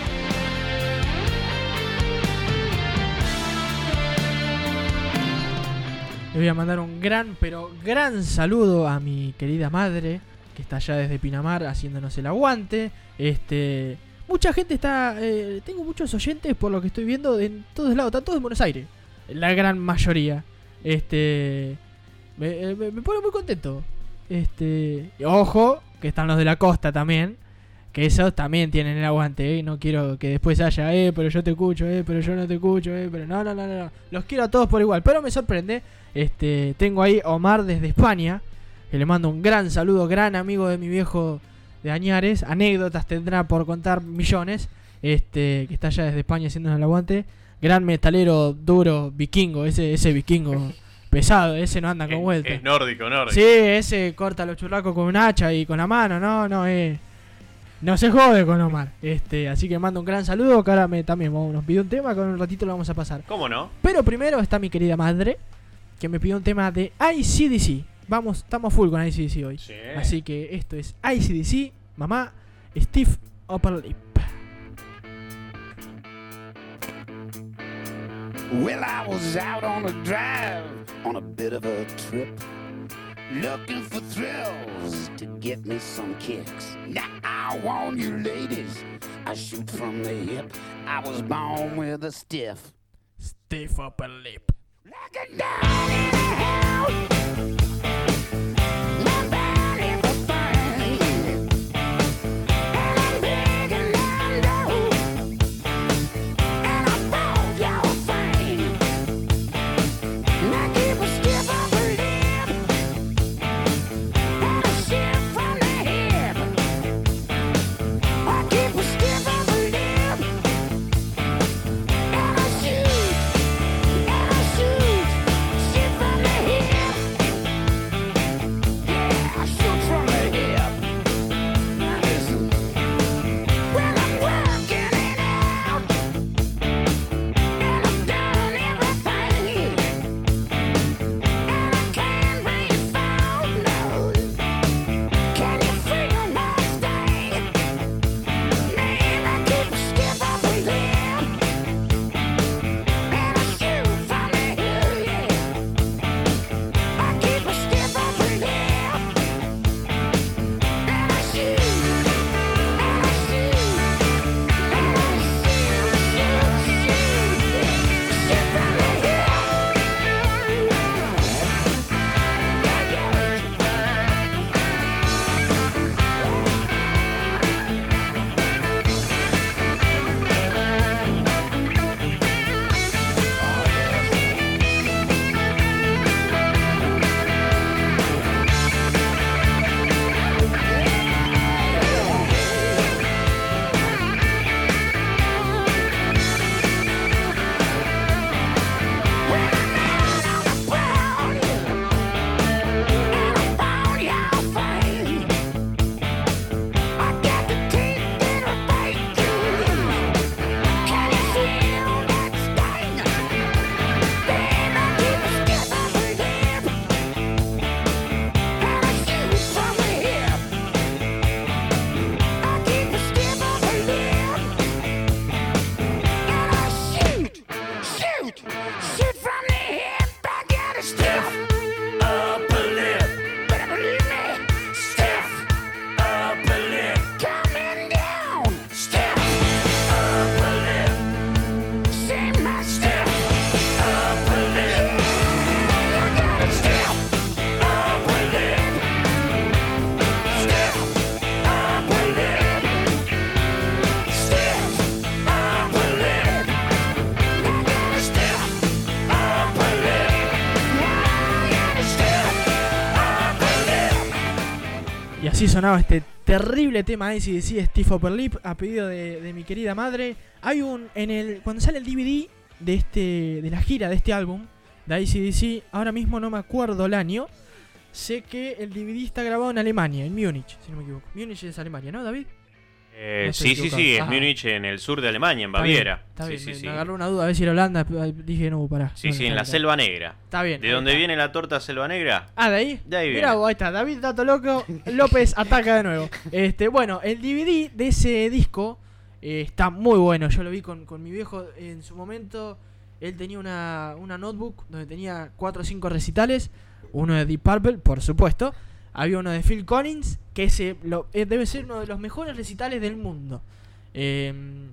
S9: Le voy a mandar un gran, pero gran saludo a mi querida madre, que está allá desde Pinamar haciéndonos el aguante. Este, mucha gente está, eh, tengo muchos oyentes por lo que estoy viendo en todos lados, están todos en Buenos Aires, la gran mayoría. Este, me, me, me pone muy contento. Este, y ojo, que están los de la costa también, que esos también tienen el aguante, ¿eh? No quiero que después haya, eh, pero yo te escucho, eh, pero yo no te escucho, eh, pero no, no, no, no, los quiero a todos por igual. Pero me sorprende, este, tengo ahí Omar desde España, que le mando un gran saludo, gran amigo de mi viejo de Añares. Anécdotas tendrá por contar millones. Este, que está allá desde España haciendo el aguante. Gran metalero duro, vikingo, ese, ese vikingo pesado, ese no anda con vuelta.
S10: Es nórdico, nórdico.
S9: Sí, ese corta los churracos con un hacha y con la mano, no, no, eh. No se jode con Omar. Este, así que mando un gran saludo, que ahora me, también nos pidió un tema, que en un ratito lo vamos a pasar.
S10: ¿Cómo no?
S9: Pero primero está mi querida madre, que me pidió un tema de I C D C. vamos, estamos full con A C D C hoy.
S10: Sí.
S9: Así que esto es A C D C, mamá, Steve Upper Lip.
S16: Well, I was out on a drive, on a bit of a trip, looking for thrills to get me some kicks. Now I warn you ladies, I shoot from the hip. I was born with a stiff,
S9: stiff upper lip.
S16: Like a dog in a house.
S9: Y así sonaba este terrible tema de A C D C, Stiff Upper Lip, a pedido de, de mi querida madre. Hay un, en el, cuando sale el D V D de este, de la gira de este álbum, de A C D C, ahora mismo no me acuerdo el año, sé que el D V D está grabado en Alemania, en Múnich, si no me equivoco. Múnich es Alemania, ¿no, David?
S10: Eh,
S9: No estoy
S10: sí, sí,
S9: equivocado.
S10: sí, es
S9: Ajá.
S10: Múnich, en el sur de Alemania, en
S9: Está bien,
S10: Baviera.
S9: Está
S10: sí,
S9: bien,
S10: sí,
S9: me,
S10: sí.
S9: me agarró una duda, a ver si era Holanda, dije no, pará.
S10: Sí,
S9: Bueno,
S10: sí, en
S9: está
S10: la
S9: bien,
S10: Selva Negra.
S9: Está bien.
S10: ¿De
S9: ahí
S10: dónde
S9: está.
S10: viene la torta Selva Negra?
S9: Ah, ¿de ahí?
S10: De ahí
S9: Mirá,
S10: viene.
S9: ahí está, David Dato Loco, López ataca de nuevo. Este, bueno, el D V D de ese disco eh, está muy bueno. Yo lo vi con, con mi viejo en su momento. Él tenía una, una notebook donde tenía cuatro o cinco recitales. Uno de Deep Purple, por supuesto. Había uno de Phil Collins, que ese lo, eh, debe ser uno de los mejores recitales del mundo. Eh,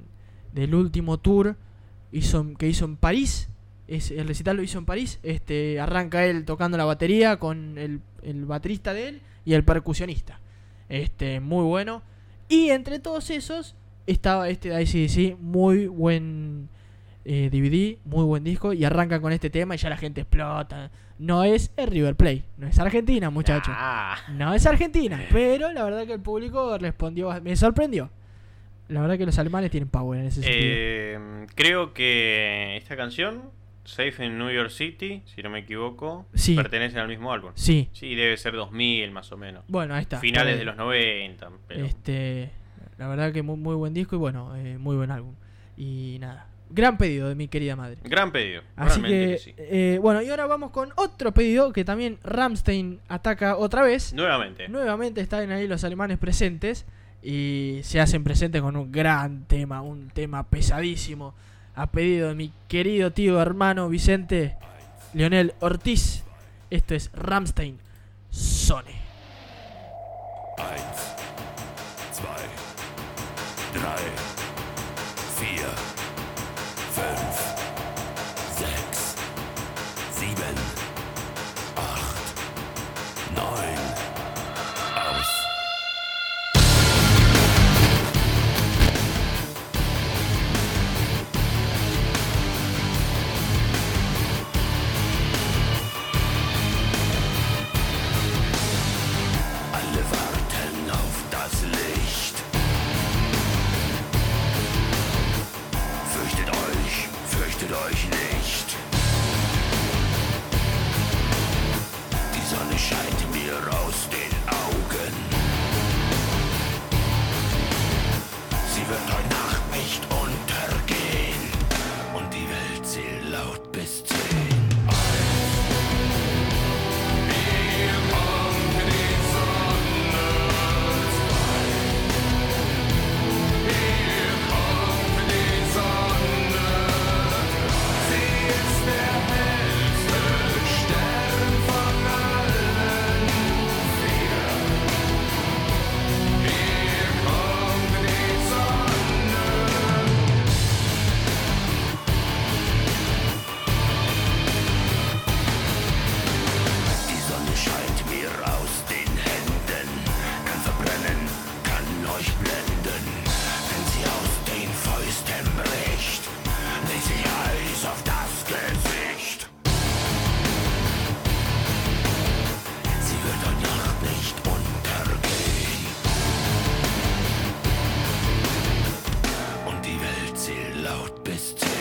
S9: del último tour hizo, que hizo en París. Es, el recital lo hizo en París. Este, arranca él tocando la batería con el, el baterista de él y el percusionista. Este, muy bueno. Y entre todos esos estaba este de A C D C, muy buen eh, D V D, muy buen disco. Y arranca con este tema y ya la gente explota. No es el River Plate, no es Argentina, muchachos.
S10: Ah.
S9: No es Argentina, pero la verdad que el público respondió, me sorprendió. La verdad que los alemanes tienen power en ese sentido.
S10: Eh, creo que esta canción, Safe in New York City, si no me equivoco,
S9: Sí.
S10: pertenece al mismo álbum.
S9: Sí.
S10: Sí, debe ser dos mil más o menos.
S9: Bueno, ahí está.
S10: Finales
S9: Está
S10: de
S9: bien.
S10: los noventa. Pero...
S9: Este, la verdad que muy, muy buen disco y bueno, eh, muy buen álbum. Y nada, Gran pedido de mi querida madre.
S10: Gran pedido.
S9: Así que,
S10: realmente que sí.
S9: eh, bueno, y ahora vamos con otro pedido que también Rammstein ataca otra vez.
S10: Nuevamente.
S9: Nuevamente están ahí los alemanes presentes y se hacen presentes con un gran tema, un tema pesadísimo. A pedido de mi querido tío hermano Vicente Leonel Ortiz. Esto es Rammstein, Sonne.
S17: Eins, zwei, drei, vier, fünf, sechs, sieben, acht, neun, aus. Alle warten auf das Licht. Fürchtet euch, fürchtet euch nicht. Die Sonne scheint mir aus den Augen. Sie wird heute Nacht nicht untergehen. Und die Welt zählt laut bis zehn. Die Sonne scheint mir aus den Händen, kann verbrennen, kann euch blenden. Wenn sie aus den Fäusten bricht, legt sie Eis auf das Gesicht. Sie wird heute Nacht nicht untergehen. Und die Welt zählt laut bis zehn.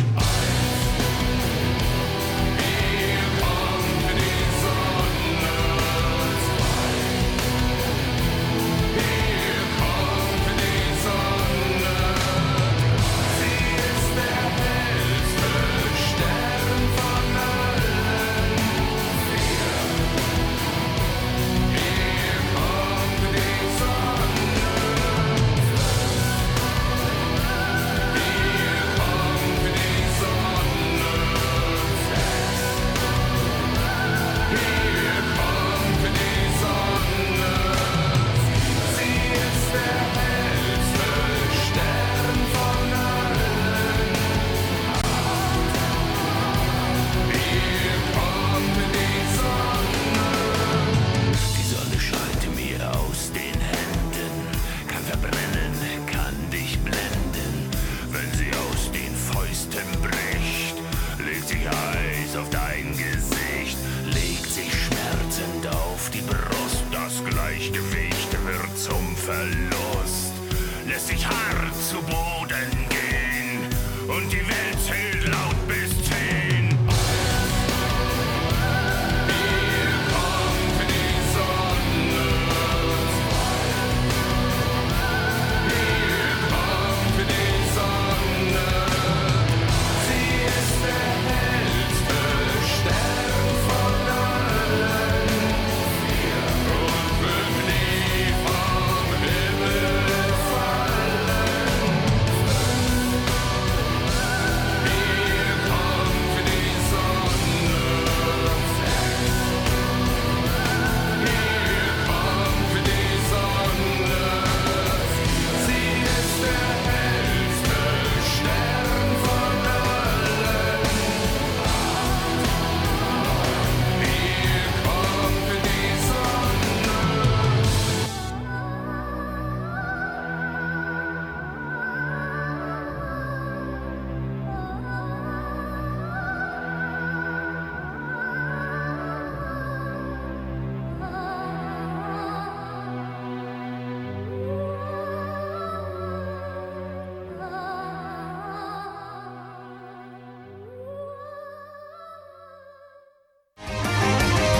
S17: Die Sonne scheint mir aus den Händen, kann verbrennen, kann dich blenden. Wenn sie aus den Fäusten bricht, legt sich Eis auf dein Gesicht, legt sich schmerzend auf die Brust. Das Gleichgewicht wird zum Verlust, lässt sich hart zu Boden gehen und die Welt zählt laut bis zehn.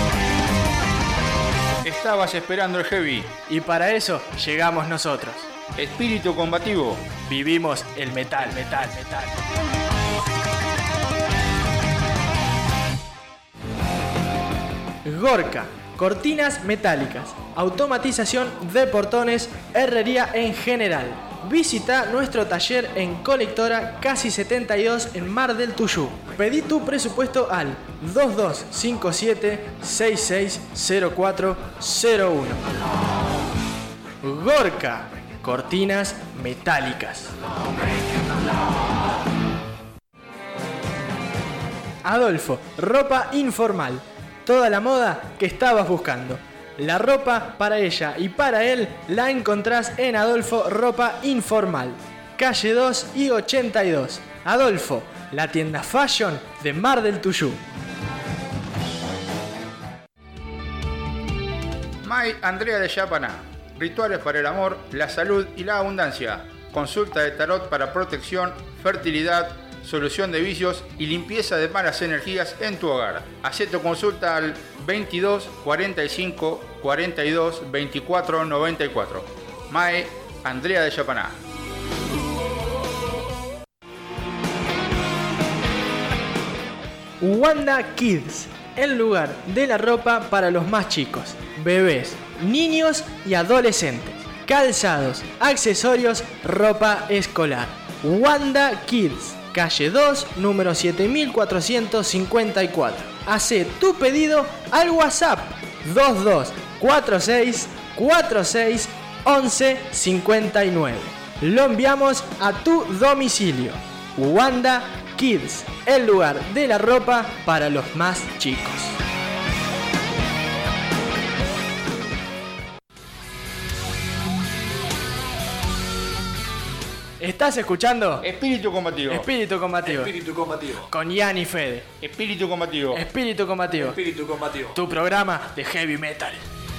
S12: Estabas esperando el heavy.
S18: Y para eso llegamos nosotros.
S12: Espíritu combativo.
S5: Vivimos el metal, metal, metal.
S9: Gorka, cortinas metálicas, automatización de portones, herrería en general. Visita nuestro taller en Colectora Casi setenta y dos en Mar del Tuyú. Pedí tu presupuesto al dos dos cinco siete seis seis cero cuatro cero uno. Gorka, cortinas metálicas. Adolfo, ropa informal. Toda la moda que estabas buscando. La ropa para ella y para él la encontrás en Adolfo Ropa Informal. Calle dos y ochenta y dos. Adolfo, la tienda fashion de Mar del Tuyú.
S12: May Andrea de Yapaná. Rituales para el amor, la salud y la abundancia. Consulta de tarot para protección, fertilidad, solución de vicios y limpieza de malas energías en tu hogar. Hacé tu consulta al veintidós cuarenta y cinco cuarenta y dos veinticuatro noventa y cuatro. Mae Andrea de Yapaná.
S9: Wanda Kids, el lugar de la ropa para los más chicos, bebés, niños y adolescentes. Calzados, accesorios, ropa escolar. Wanda Kids. Calle dos, número siete mil cuatrocientos cincuenta y cuatro. Hacé tu pedido al WhatsApp dos dos cuatro seis cuatro seis once cincuenta y nueve. Lo enviamos a tu domicilio. Wanda Kids, el lugar de la ropa para los más chicos. ¿Estás escuchando?
S12: Espíritu combativo.
S9: Espíritu combativo.
S5: Espíritu combativo.
S9: Con Ian y Fede.
S12: Espíritu combativo.
S9: Espíritu combativo.
S5: Espíritu combativo.
S9: Tu programa de heavy metal.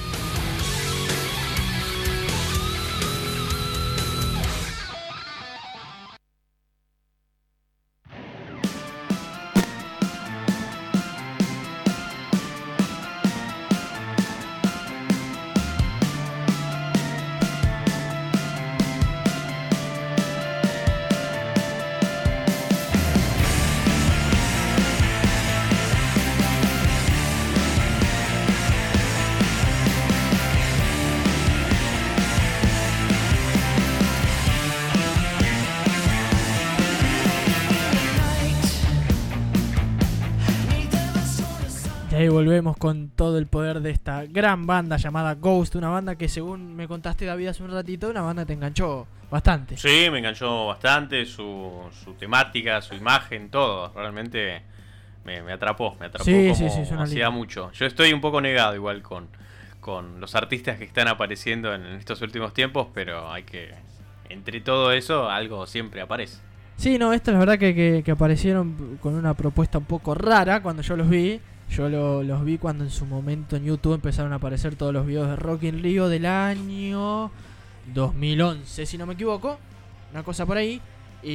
S9: Y ahí volvemos con todo el poder de esta gran banda llamada Ghost, una banda que según me contaste David hace un ratito, una banda que te enganchó bastante.
S10: Sí, me enganchó bastante, su, su temática, su imagen, todo, realmente me, me atrapó, me atrapó
S9: sí,
S10: como
S9: sí, sí, suena
S10: hacía
S9: lindo.
S10: mucho. Yo estoy un poco negado igual con, con los artistas que están apareciendo en estos últimos tiempos, pero hay que, entre todo eso, algo siempre aparece.
S9: Sí, no, esto es la verdad que, que, que aparecieron con una propuesta un poco rara cuando yo los vi. Yo lo, los vi cuando en su momento en YouTube empezaron a aparecer todos los videos de Rock in Rio del año dos mil once, si no me equivoco. Una cosa por ahí.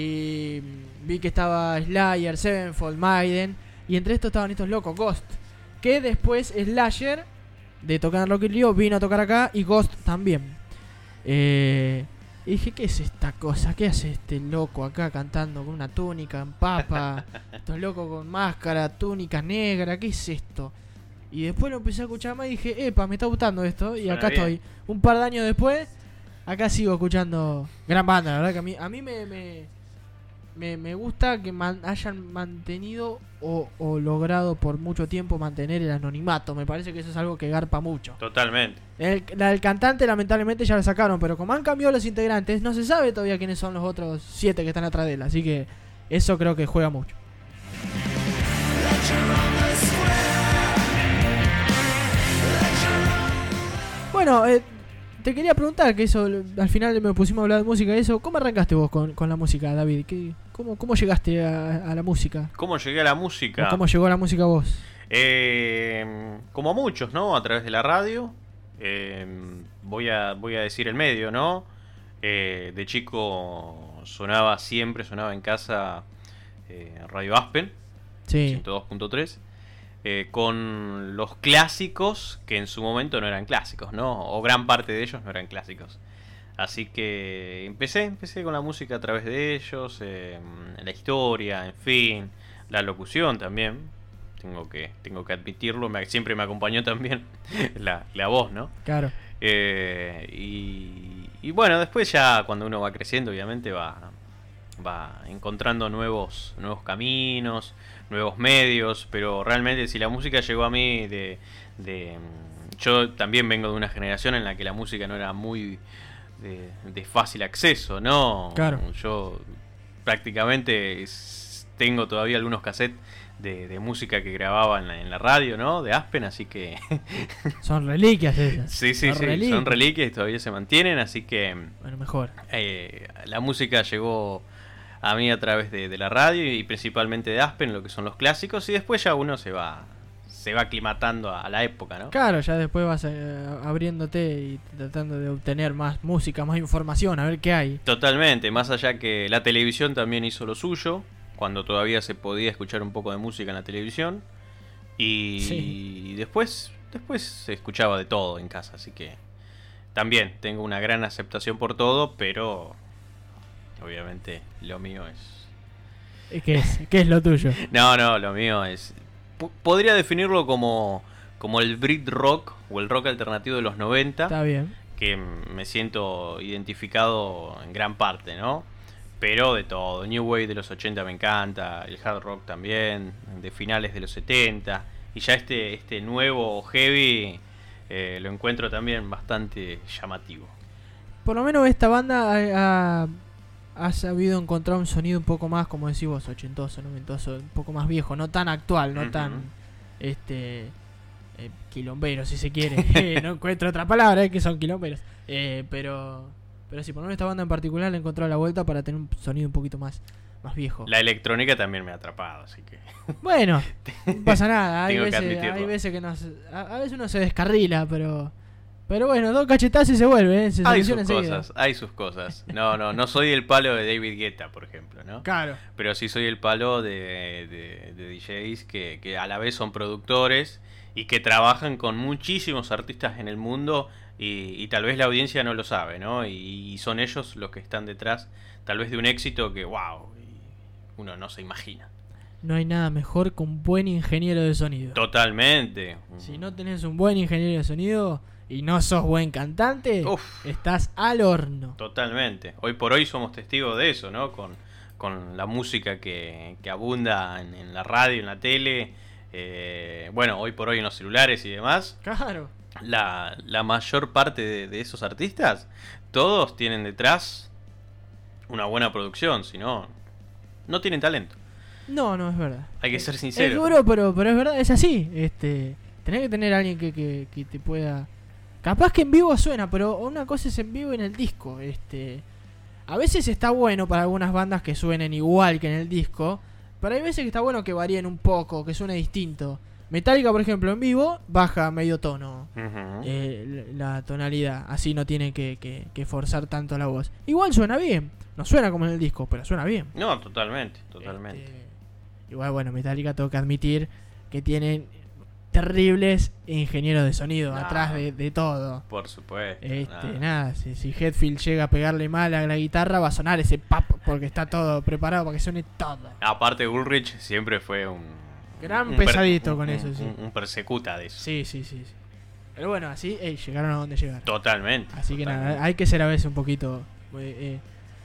S9: Y vi que estaba Slayer, Sevenfold, Maiden. Y entre estos estaban estos locos, Ghost. Que después Slayer, de tocar en Rock in Rio, vino a tocar acá. Y Ghost también. Eh... Y dije, ¿qué es esta cosa? ¿Qué hace este loco acá cantando con una túnica en papa? Estos locos con máscara, túnica negra, ¿qué es esto? Y después lo empecé a escuchar más y dije, epa, me está gustando esto. Y
S10: Suena
S9: acá
S10: bien.
S9: estoy. Un par de años después, acá sigo escuchando gran banda. La verdad que a mí, a mí me, me, me, me gusta que man, hayan mantenido o, o logrado por mucho tiempo mantener el anonimato. Me parece que eso es algo que garpa mucho.
S10: Totalmente.
S9: El, la del cantante lamentablemente ya la sacaron, pero como han cambiado los integrantes, no se sabe todavía quiénes son los otros siete que están atrás de él. Así que eso creo que juega mucho. Bueno, eh, te quería preguntar, que eso, al final me pusimos a hablar de música y eso. ¿Cómo arrancaste vos con, con la música, David? ¿Qué, cómo, ¿Cómo llegaste a, a la música?
S10: ¿Cómo llegué a la música?
S9: ¿O ¿Cómo llegó a la música vos?
S10: Eh, como muchos, ¿no? A través de la radio. Eh, voy a voy a decir el medio, ¿no? Eh, de chico sonaba siempre, sonaba en casa eh, Radio Aspen,
S9: Sí.
S10: ciento dos punto tres, eh, con los clásicos que en su momento no eran clásicos, ¿no? O gran parte de ellos no eran clásicos. Así que empecé, empecé con la música a través de ellos, eh, la historia, en fin, la locución también. Tengo que, tengo que admitirlo, me, siempre me acompañó también la, la voz, ¿no?
S9: Claro.
S10: Eh, y, y bueno, después ya cuando uno va creciendo, obviamente va, va encontrando nuevos, nuevos caminos, nuevos medios, pero realmente si la música llegó a mí de, de... Yo también vengo de una generación en la que la música no era muy de, de fácil acceso, ¿no?
S9: Claro.
S10: Yo prácticamente tengo todavía algunos cassettes De, de música que grababa en la, en la radio, ¿no? De Aspen, así que...
S9: Son reliquias esas.
S10: Sí, sí,
S9: son
S10: sí,
S9: reliquias.
S10: son reliquias y todavía se mantienen, así que...
S9: Bueno, mejor.
S10: Eh, la música llegó a mí a través de, de la radio y principalmente de Aspen, lo que son los clásicos, y después ya uno se va se va aclimatando a, a la época, ¿no?
S9: Claro, ya después vas eh, abriéndote y tratando de obtener más música, más información, a ver qué hay.
S10: Totalmente, más allá que la televisión también hizo lo suyo, cuando todavía se podía escuchar un poco de música en la televisión, y sí. después después se escuchaba de todo en casa, así que también tengo una gran aceptación por todo, pero obviamente lo mío es...
S9: ¿Qué es? ¿Qué es lo tuyo?
S10: No, no, lo mío es... P- podría definirlo como, como el Brit Rock o el rock alternativo de los noventa.
S9: Está bien.
S10: Que me siento identificado en gran parte, ¿no? Pero de todo. New Wave de los ochenta me encanta, el hard rock también, de finales de los setenta. Y ya este, este nuevo heavy eh, lo encuentro también bastante llamativo.
S9: Por lo menos esta banda ha, ha, ha sabido encontrar un sonido un poco más, como decís vos, ochentoso, noventoso, un poco más viejo, no tan actual, no uh-huh. tan este eh, quilombero, si se quiere. No encuentro otra palabra, es que son quilomberos. Eh, pero... Pero sí, por lo menos esta banda en particular le encontró la vuelta para tener un sonido un poquito más, más viejo.
S10: La electrónica también me ha atrapado, así que...
S9: Bueno, no pasa nada. Hay,
S10: Tengo que
S9: veces,
S10: admitirlo.
S9: hay veces que nos, a, a veces uno se descarrila, pero... Pero bueno, dos cachetazos y se vuelve, ¿eh? Se
S10: hay sus
S9: enseguida.
S10: cosas, hay sus cosas. No, no, no soy el palo de David Guetta, por ejemplo, ¿no?
S9: Claro.
S10: Pero sí soy el palo de, de, de D Js que, que a la vez son productores y que trabajan con muchísimos artistas en el mundo y, y tal vez la audiencia no lo sabe, ¿no? Y, y son ellos los que están detrás, tal vez de un éxito que, wow, uno no se imagina.
S9: No hay nada mejor que un buen ingeniero de sonido.
S10: Totalmente.
S9: Si no tenés un buen ingeniero de sonido... y no sos buen cantante, Uf, estás al horno.
S10: Totalmente. Hoy por hoy somos testigos de eso, ¿no? Con, con la música que, que abunda en, en la radio, en la tele. Eh, bueno, hoy por hoy en los celulares y demás.
S9: Claro.
S10: La, la mayor parte de, de esos artistas, todos tienen detrás una buena producción. Si no, no tienen talento.
S9: No, no, es verdad.
S10: Hay que ser sincero.
S9: Es duro, pero, pero es verdad, es así. Este, tenés que tener a alguien que, que, que te pueda... Capaz que en vivo suena, pero una cosa es en vivo y en el disco. Este, a veces está bueno para algunas bandas que suenen igual que en el disco, pero hay veces que está bueno que varíen un poco, que suene distinto. Metallica, por ejemplo, en vivo baja medio tono uh-huh. eh, la tonalidad, así no tiene que, que, que forzar tanto la voz. Igual suena bien, no suena como en el disco, pero suena bien.
S10: No, totalmente, totalmente.
S9: Este, igual, bueno, Metallica tengo que admitir que tienen terribles ingenieros de sonido no, atrás de, de todo.
S10: Por supuesto.
S9: Este, nada, nada si, si Hetfield llega a pegarle mal a la guitarra, va a sonar ese pap porque está todo preparado para que suene todo.
S10: Aparte, Ulrich siempre fue un
S9: gran
S10: un
S9: pesadito
S10: per,
S9: con
S10: un,
S9: eso, sí.
S10: Un, un persecuta de eso.
S9: Sí, sí, sí. sí. Pero bueno, así ey, llegaron a donde llegaron.
S10: Totalmente.
S9: Así que
S10: totalmente.
S9: nada, hay que ser a veces un poquito eh, eh,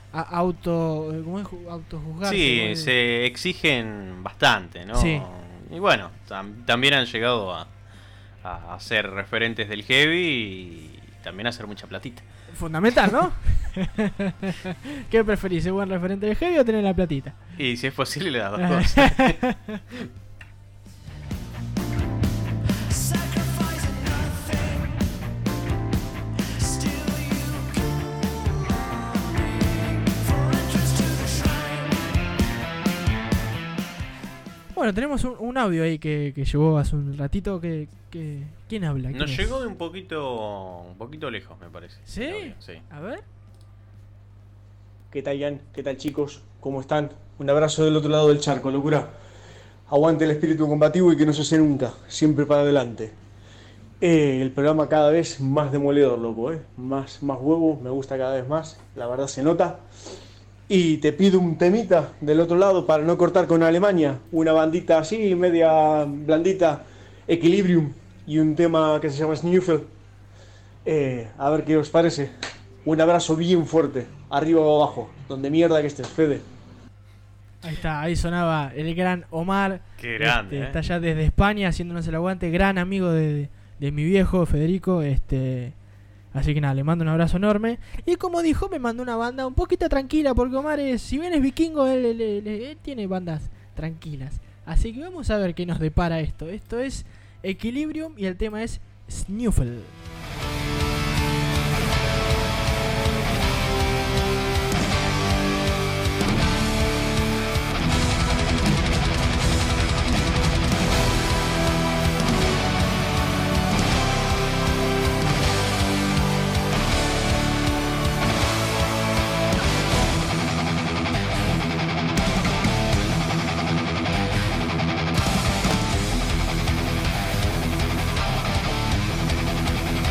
S9: auto, ¿cómo es? Autojuzgarse.
S10: Sí,
S9: ¿no?
S10: se exigen bastante, ¿no?
S9: Sí.
S10: Y bueno, tam- también han llegado a, a ser referentes del heavy y también a hacer mucha platita.
S9: Fundamental, ¿no? ¿Qué preferís, ser buen referente del heavy o tener la platita?
S10: Y si es posible, las dos cosas.
S9: Bueno, tenemos un, un audio ahí que, que llegó hace un ratito. Que, que ¿quién habla? ¿Quién
S10: Nos
S9: es?
S10: llegó de un poquito un poquito lejos, me parece.
S9: ¿Sí?
S10: Audio, sí.
S9: A ver.
S18: ¿Qué tal, Ian? ¿Qué tal, chicos? ¿Cómo están? Un abrazo del otro lado del charco, locura. Aguante el espíritu combativo y que no se hace nunca. Siempre para adelante. Eh, el programa cada vez más demoledor, loco, ¿eh? Más, más huevo, me gusta cada vez más, la verdad se nota. Y te pido un temita del otro lado para no cortar con Alemania, una bandita así, media blandita, Equilibrium, y un tema que se llama Snuffle. Eh, a ver qué os parece. Un abrazo bien fuerte, arriba o abajo, donde mierda que estés, Fede.
S9: Ahí está, ahí sonaba el gran Omar.
S10: Qué grande,
S9: este,
S10: eh.
S9: Está allá desde España haciéndonos el aguante, gran amigo de, de mi viejo Federico. Este, así que nada, le mando un abrazo enorme. Y como dijo, me mandó una banda un poquito tranquila, porque Omar es, si bien es vikingo, él, él- él- él tiene bandas tranquilas. Así que vamos a ver qué nos depara esto. Esto es Equilibrium y el tema es Snuffle.
S3: Thank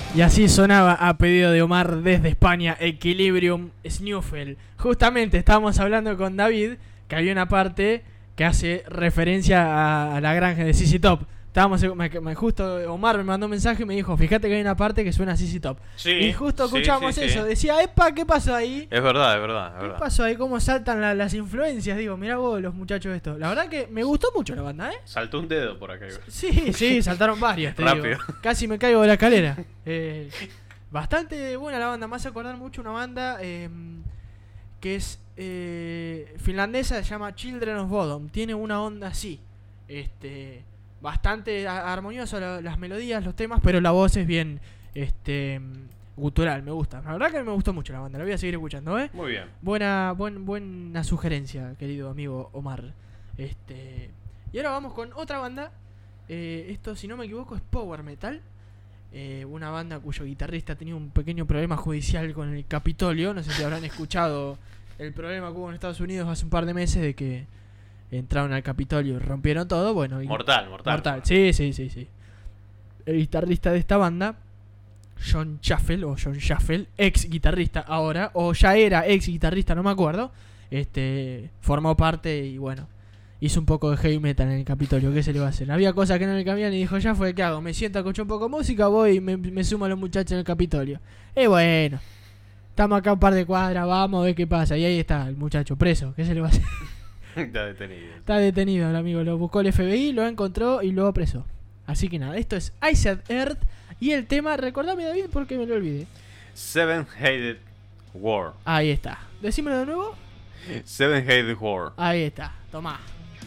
S9: Y así sonaba a pedido de Omar desde España, Equilibrium Snuffle. Justamente estábamos hablando con David que había una parte que hace referencia a, a la granja de Z Z Top. Estábamos, me, me, justo Omar me mandó un mensaje y me dijo, fíjate que hay una parte que suena a Z Z Top.
S10: Sí,
S9: y justo
S10: sí,
S9: escuchamos
S10: sí,
S9: eso.
S10: sí.
S9: Decía, epa, ¿qué pasó ahí?
S10: Es verdad, es verdad, es
S9: ¿Qué
S10: verdad.
S9: pasó ahí? ¿Cómo saltan la, las influencias? Digo, mirá vos los muchachos estos. La verdad que me gustó mucho la banda, ¿eh?
S10: Saltó un dedo por acá.
S9: Sí, sí, saltaron varias, te
S10: Rápido.
S9: digo. Casi me caigo de la escalera. Eh, bastante buena la banda. Me hace acordar mucho una banda eh, que es eh, finlandesa, se llama Children of Bodom. Tiene una onda así. Este, bastante a- armoniosa la- las melodías, los temas, pero la voz es bien este gutural, me gusta. La verdad que me gustó mucho la banda, la voy a seguir escuchando, ¿eh?
S10: Muy bien.
S9: Buena, buen, buena sugerencia, querido amigo Omar. Este, y ahora vamos con otra banda. Eh, esto, si no me equivoco, es Power Metal. Eh, una banda cuyo guitarrista tenía un pequeño problema judicial con el Capitolio. No sé si habrán escuchado el problema que hubo en Estados Unidos hace un par de meses de que entraron al Capitolio y rompieron todo. Bueno, y-
S10: Mortal, mortal.
S9: Mortal, sí, sí, sí, sí. El guitarrista de esta banda, John Shuffle, o John Shuffle, ex guitarrista ahora, o ya era ex guitarrista, no me acuerdo. Este, formó parte y bueno, hizo un poco de heavy metal en el Capitolio. ¿Qué se le va a hacer? Había cosas que no le cambiaban y dijo, ya fue, ¿qué hago? Me siento a escuchar un poco de música, voy y me, me sumo a los muchachos en el Capitolio. Y bueno, estamos acá un par de cuadras, vamos a ver qué pasa. Y ahí está el muchacho preso, ¿qué se le va a hacer?
S10: Está detenido.
S9: Está detenido el amigo, lo buscó el F B I, lo encontró y lo apresó. Así que nada, esto es Iced Earth y el tema, recordame David porque me lo olvidé.
S10: Seven-Headed War.
S9: Ahí está. Decímelo de nuevo.
S10: Seven-Headed War.
S9: Ahí está, tomá.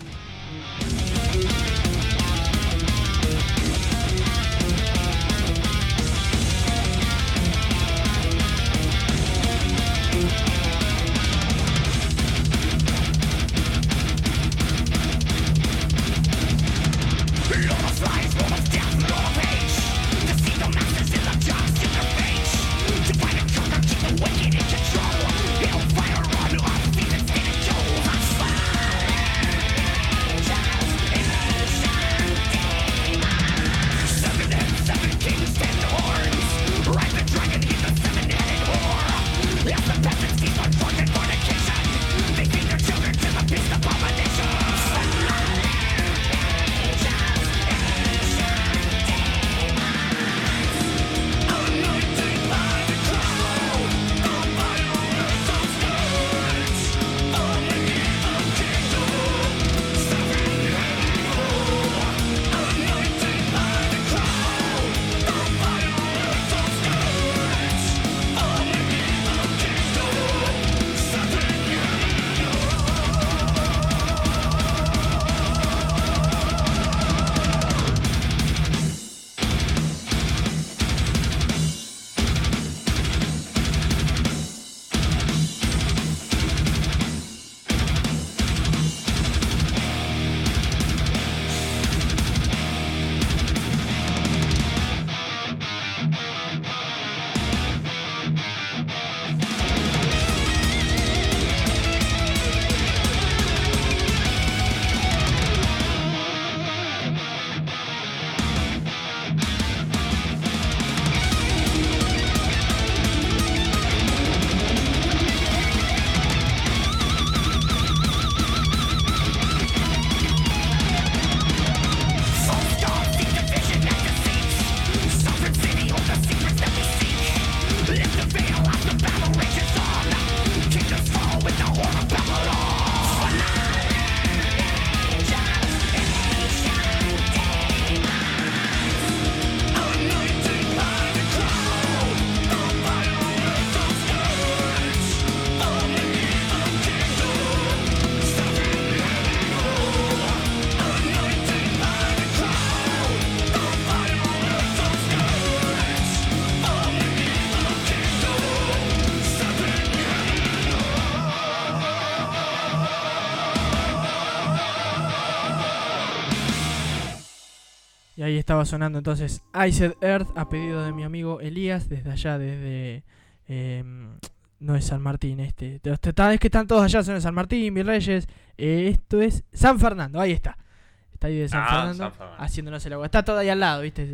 S9: Y ahí estaba sonando entonces Iced Earth a pedido de mi amigo Elías desde allá, desde... Eh, no es San Martín este. Es que están todos allá, son de San Martín, Virreyes. Eh, esto es San Fernando, ahí está. Está ahí de San,
S10: Ah,
S9: Fernando,
S10: San Fernando.
S9: haciéndonos el agua. Está todo ahí al lado, ¿viste?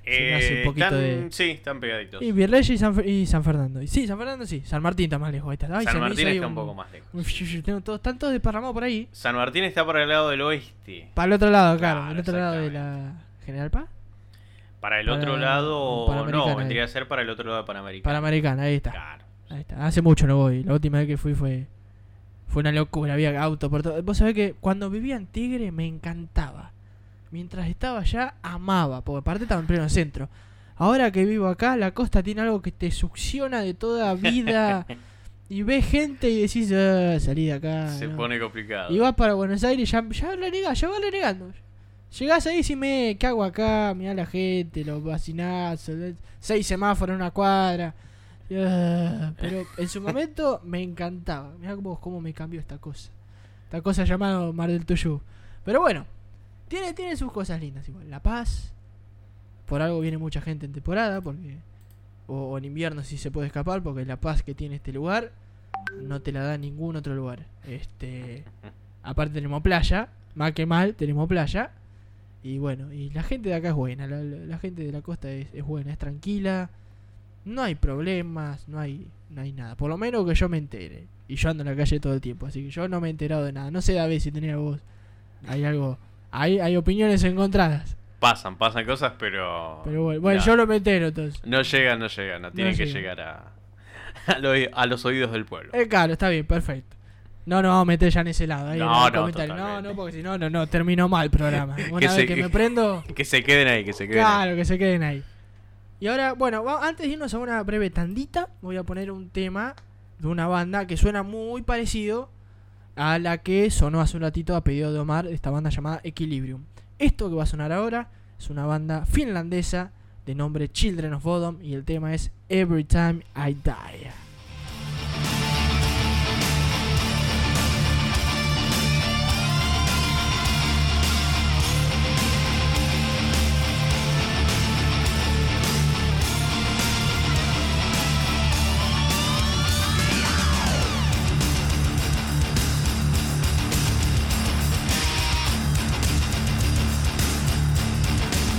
S10: Eh,
S9: Se me hace un poquito
S10: están,
S9: de...
S10: Sí, están pegaditos.
S9: Y Virreyes y San, y San Fernando. Y sí, San Fernando sí. San Martín está más lejos. Ahí está. Ay,
S10: San
S9: se me
S10: Martín
S9: hizo ahí
S10: está un poco más lejos.
S9: Un... Tengo todos, están todos desparramados por ahí.
S10: San Martín está para el lado del oeste.
S9: Para el otro lado, claro.
S10: Claro,
S9: el otro lado de la General Paz.
S10: Para el
S9: Para
S10: otro lado,
S9: Panamericana,
S10: no, vendría
S9: ahí.
S10: a ser para el otro lado de Panamericana.
S9: Panamericana, ahí está.
S10: Claro.
S9: Ahí está. Hace mucho no voy. La última vez que fui fue fue una locura. Había auto por todo. Vos sabés que cuando vivía en Tigre me encantaba. Mientras estaba allá, amaba. Porque aparte estaba en pleno centro. Ahora que vivo acá, la costa tiene algo que te succiona de toda vida. Y ves gente y decís, ah, salí de acá.
S10: Se
S9: ¿no?
S10: pone complicado.
S9: Y vas para Buenos Aires y ya, ya renegás, ya vas renegando. Llegás ahí y decís, me, ¿qué hago acá? Mirá la gente, los vacinazos, seis semáforos en una cuadra. Ah, pero en su momento me encantaba. Mirá cómo, cómo me cambió esta cosa. Esta cosa llamada Mar del Tuyú. Pero bueno, tiene, tiene sus cosas lindas igual. La Paz. Por algo viene mucha gente en temporada, porque o, o en invierno si se puede escapar, porque la paz que tiene este lugar no te la da ningún otro lugar. Este, aparte tenemos playa, más que mal tenemos playa. Y bueno, y la gente de acá es buena, la, la, la gente de la costa es, es buena, es tranquila, no hay problemas, no hay, no hay nada. Por lo menos que yo me entere. Y yo ando en la calle todo el tiempo, así que yo no me he enterado de nada. No sé, David, si tenía vos. Hay algo, hay, hay opiniones encontradas.
S10: Pasan, pasan cosas, pero...
S9: Pero bueno, bueno
S10: no,
S9: yo lo me entero entonces.
S10: No llegan, no llegan, no tienen
S9: No
S10: que
S9: llegan.
S10: llegar a, a, lo- a los oídos del pueblo.
S9: Eh, claro, está bien, perfecto. No nos vamos a meter ya en ese lado. Ahí
S10: No,
S9: en el
S10: no,
S9: comentario. no,
S10: totalmente.
S9: no, porque si no, no, no, terminó mal el programa. Una vez que me prendo...
S10: Que se queden ahí, que se queden
S9: Claro,
S10: ahí.
S9: que se queden ahí. Y ahora, bueno, va- antes de irnos a una breve tandita, voy a poner un tema de una banda que suena muy parecido a la que sonó hace un ratito a pedido de Omar, esta banda llamada Equilibrium. Esto que va a sonar ahora es una banda finlandesa de nombre Children of Bodom y el tema es Every Time I Die.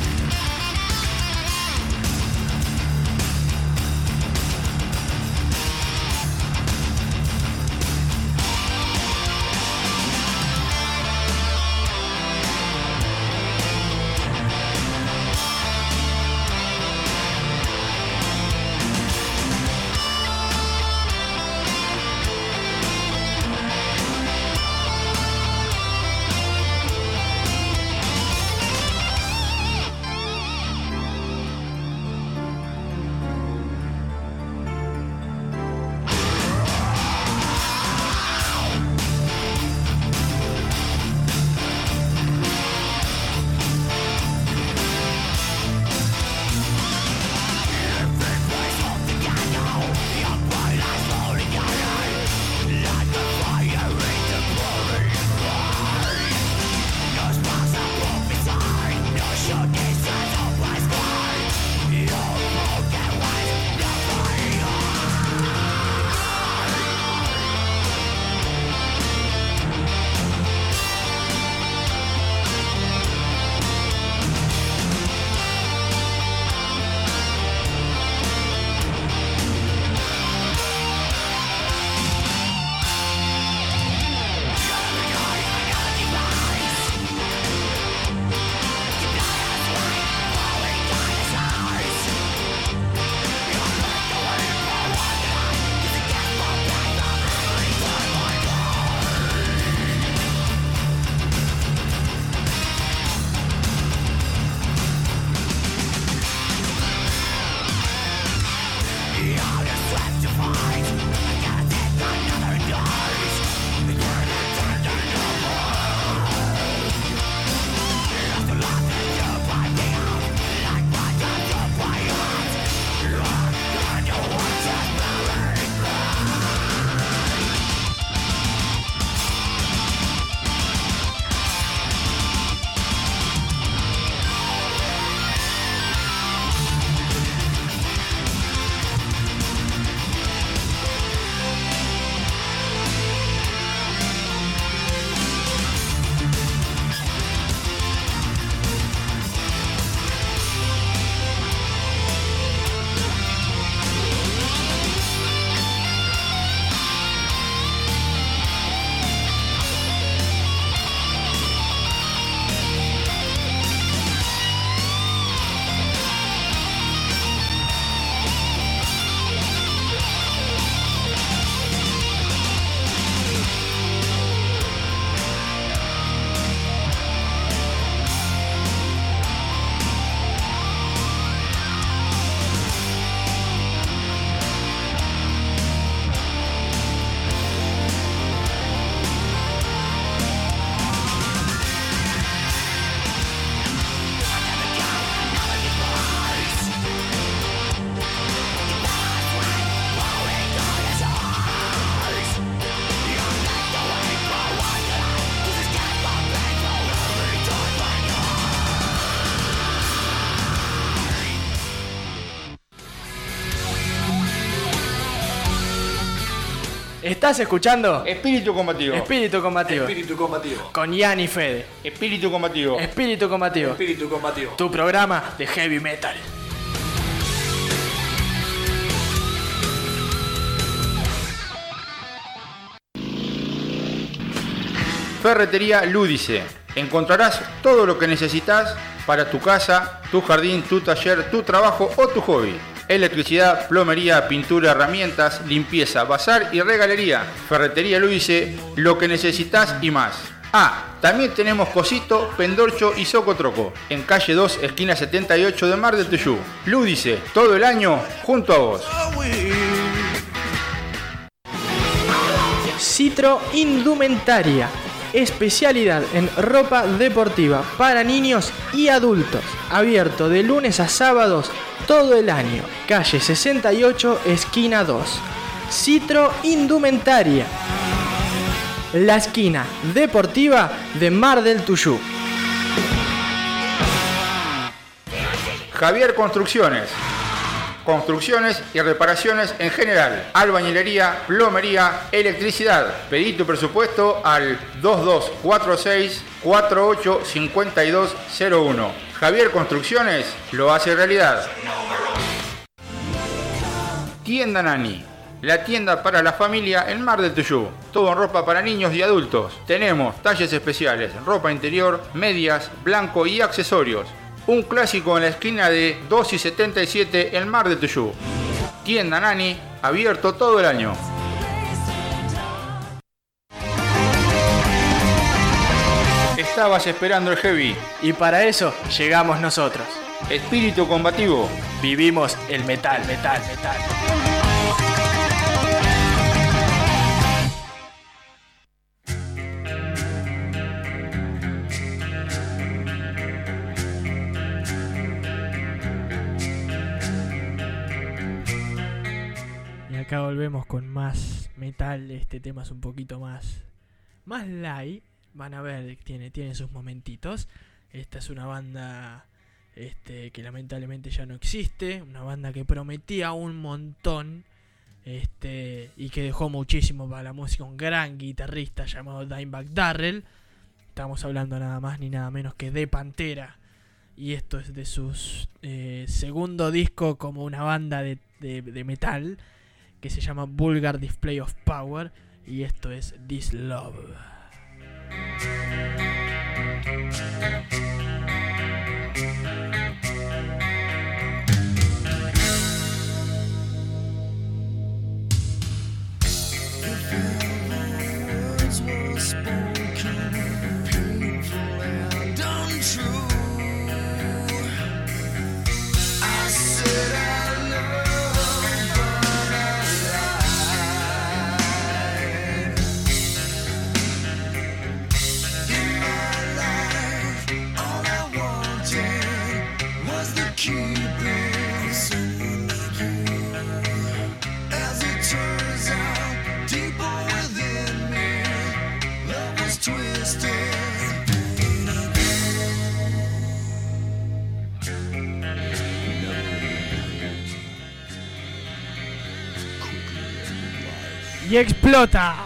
S3: Every
S9: Estás escuchando
S12: Espíritu Combativo.
S9: Espíritu Combativo.
S5: Espíritu combativo.
S9: Con Ian y Fede.
S12: Espíritu Combativo.
S9: Espíritu Combativo.
S5: Espíritu combativo.
S9: Tu programa de heavy metal.
S12: Ferretería Lúdice. Encontrarás todo lo que necesitas para tu casa, tu jardín, tu taller, tu trabajo o tu hobby. Electricidad, plomería, pintura, herramientas, limpieza, bazar y regalería. Ferretería Lúdice, lo que necesitas y más. Ah, también tenemos Cosito, Pendorcho y Socotroco. En calle dos, esquina setenta y ocho de Mar del Tuyú. Lúdice, todo el año junto a vos.
S9: Citro Indumentaria. Especialidad en ropa deportiva para niños y adultos. Abierto de lunes a sábados todo el año. Calle sesenta y ocho, esquina dos. Citro Indumentaria. La esquina deportiva de Mar del Tuyú.
S12: Javier Construcciones. Construcciones y reparaciones en general. Albañilería, plomería, electricidad. Pedí tu presupuesto al dos dos cuatro seis cuatro ocho cinco dos cero uno. Javier Construcciones lo hace realidad. Tienda Nani. La tienda para la familia en Mar del Tuyú. Todo en ropa para niños y adultos. Tenemos talles especiales, ropa interior, medias, blanco y accesorios. Un clásico en la esquina de dos y setenta y siete en Mar del Tuyú. Tienda Nani, abierto todo el año. Estabas esperando el heavy.
S9: Y para eso llegamos nosotros.
S12: Espíritu Combativo.
S9: Vivimos el metal, metal, metal. Acá volvemos con más metal. Este tema es un poquito más más light. Van a ver, tiene, tiene sus momentitos. Esta es una banda este, que lamentablemente ya no existe. Una banda que prometía un montón este, y que dejó muchísimo para la música. Un gran guitarrista llamado Dimebag Darrell. Estamos hablando nada más ni nada menos que de Pantera. Y esto es de su eh, segundo disco como una banda de, de, de metal, que se llama Vulgar Display of Power, y esto es This Love. Y explota.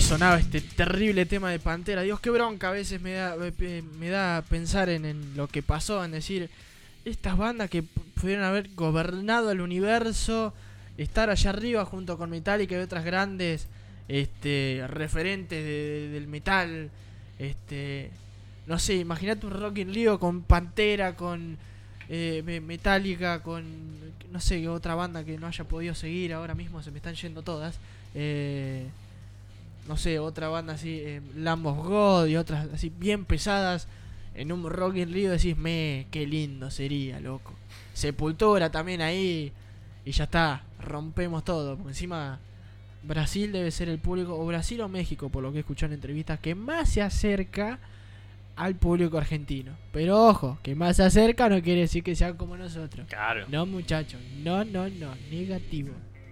S9: sonaba este terrible tema de Pantera. Dios, qué bronca a veces me da, me, me da pensar en, en lo que pasó, en decir, estas bandas que p- pudieron haber gobernado el universo, estar allá arriba junto con Metallica y otras grandes este, referentes de, de, del metal. Este, no sé, imagínate un Rock in Rio con Pantera, con eh, Metallica, con no sé, otra banda que no haya podido seguir, ahora mismo se me están yendo todas. Eh, no sé, otra banda así, eh, Lamb of God y otras así bien pesadas. En un Rock in Rio decís, me, qué lindo sería, loco. Sepultura también ahí y ya está, rompemos todo. Porque encima Brasil debe ser el público, o Brasil o México, por lo que he escuchado en entrevistas, que más se acerca al público argentino. Pero ojo, que más se acerca no quiere decir que sean como nosotros.
S10: Claro.
S9: No, muchachos, no, no, no, negativo.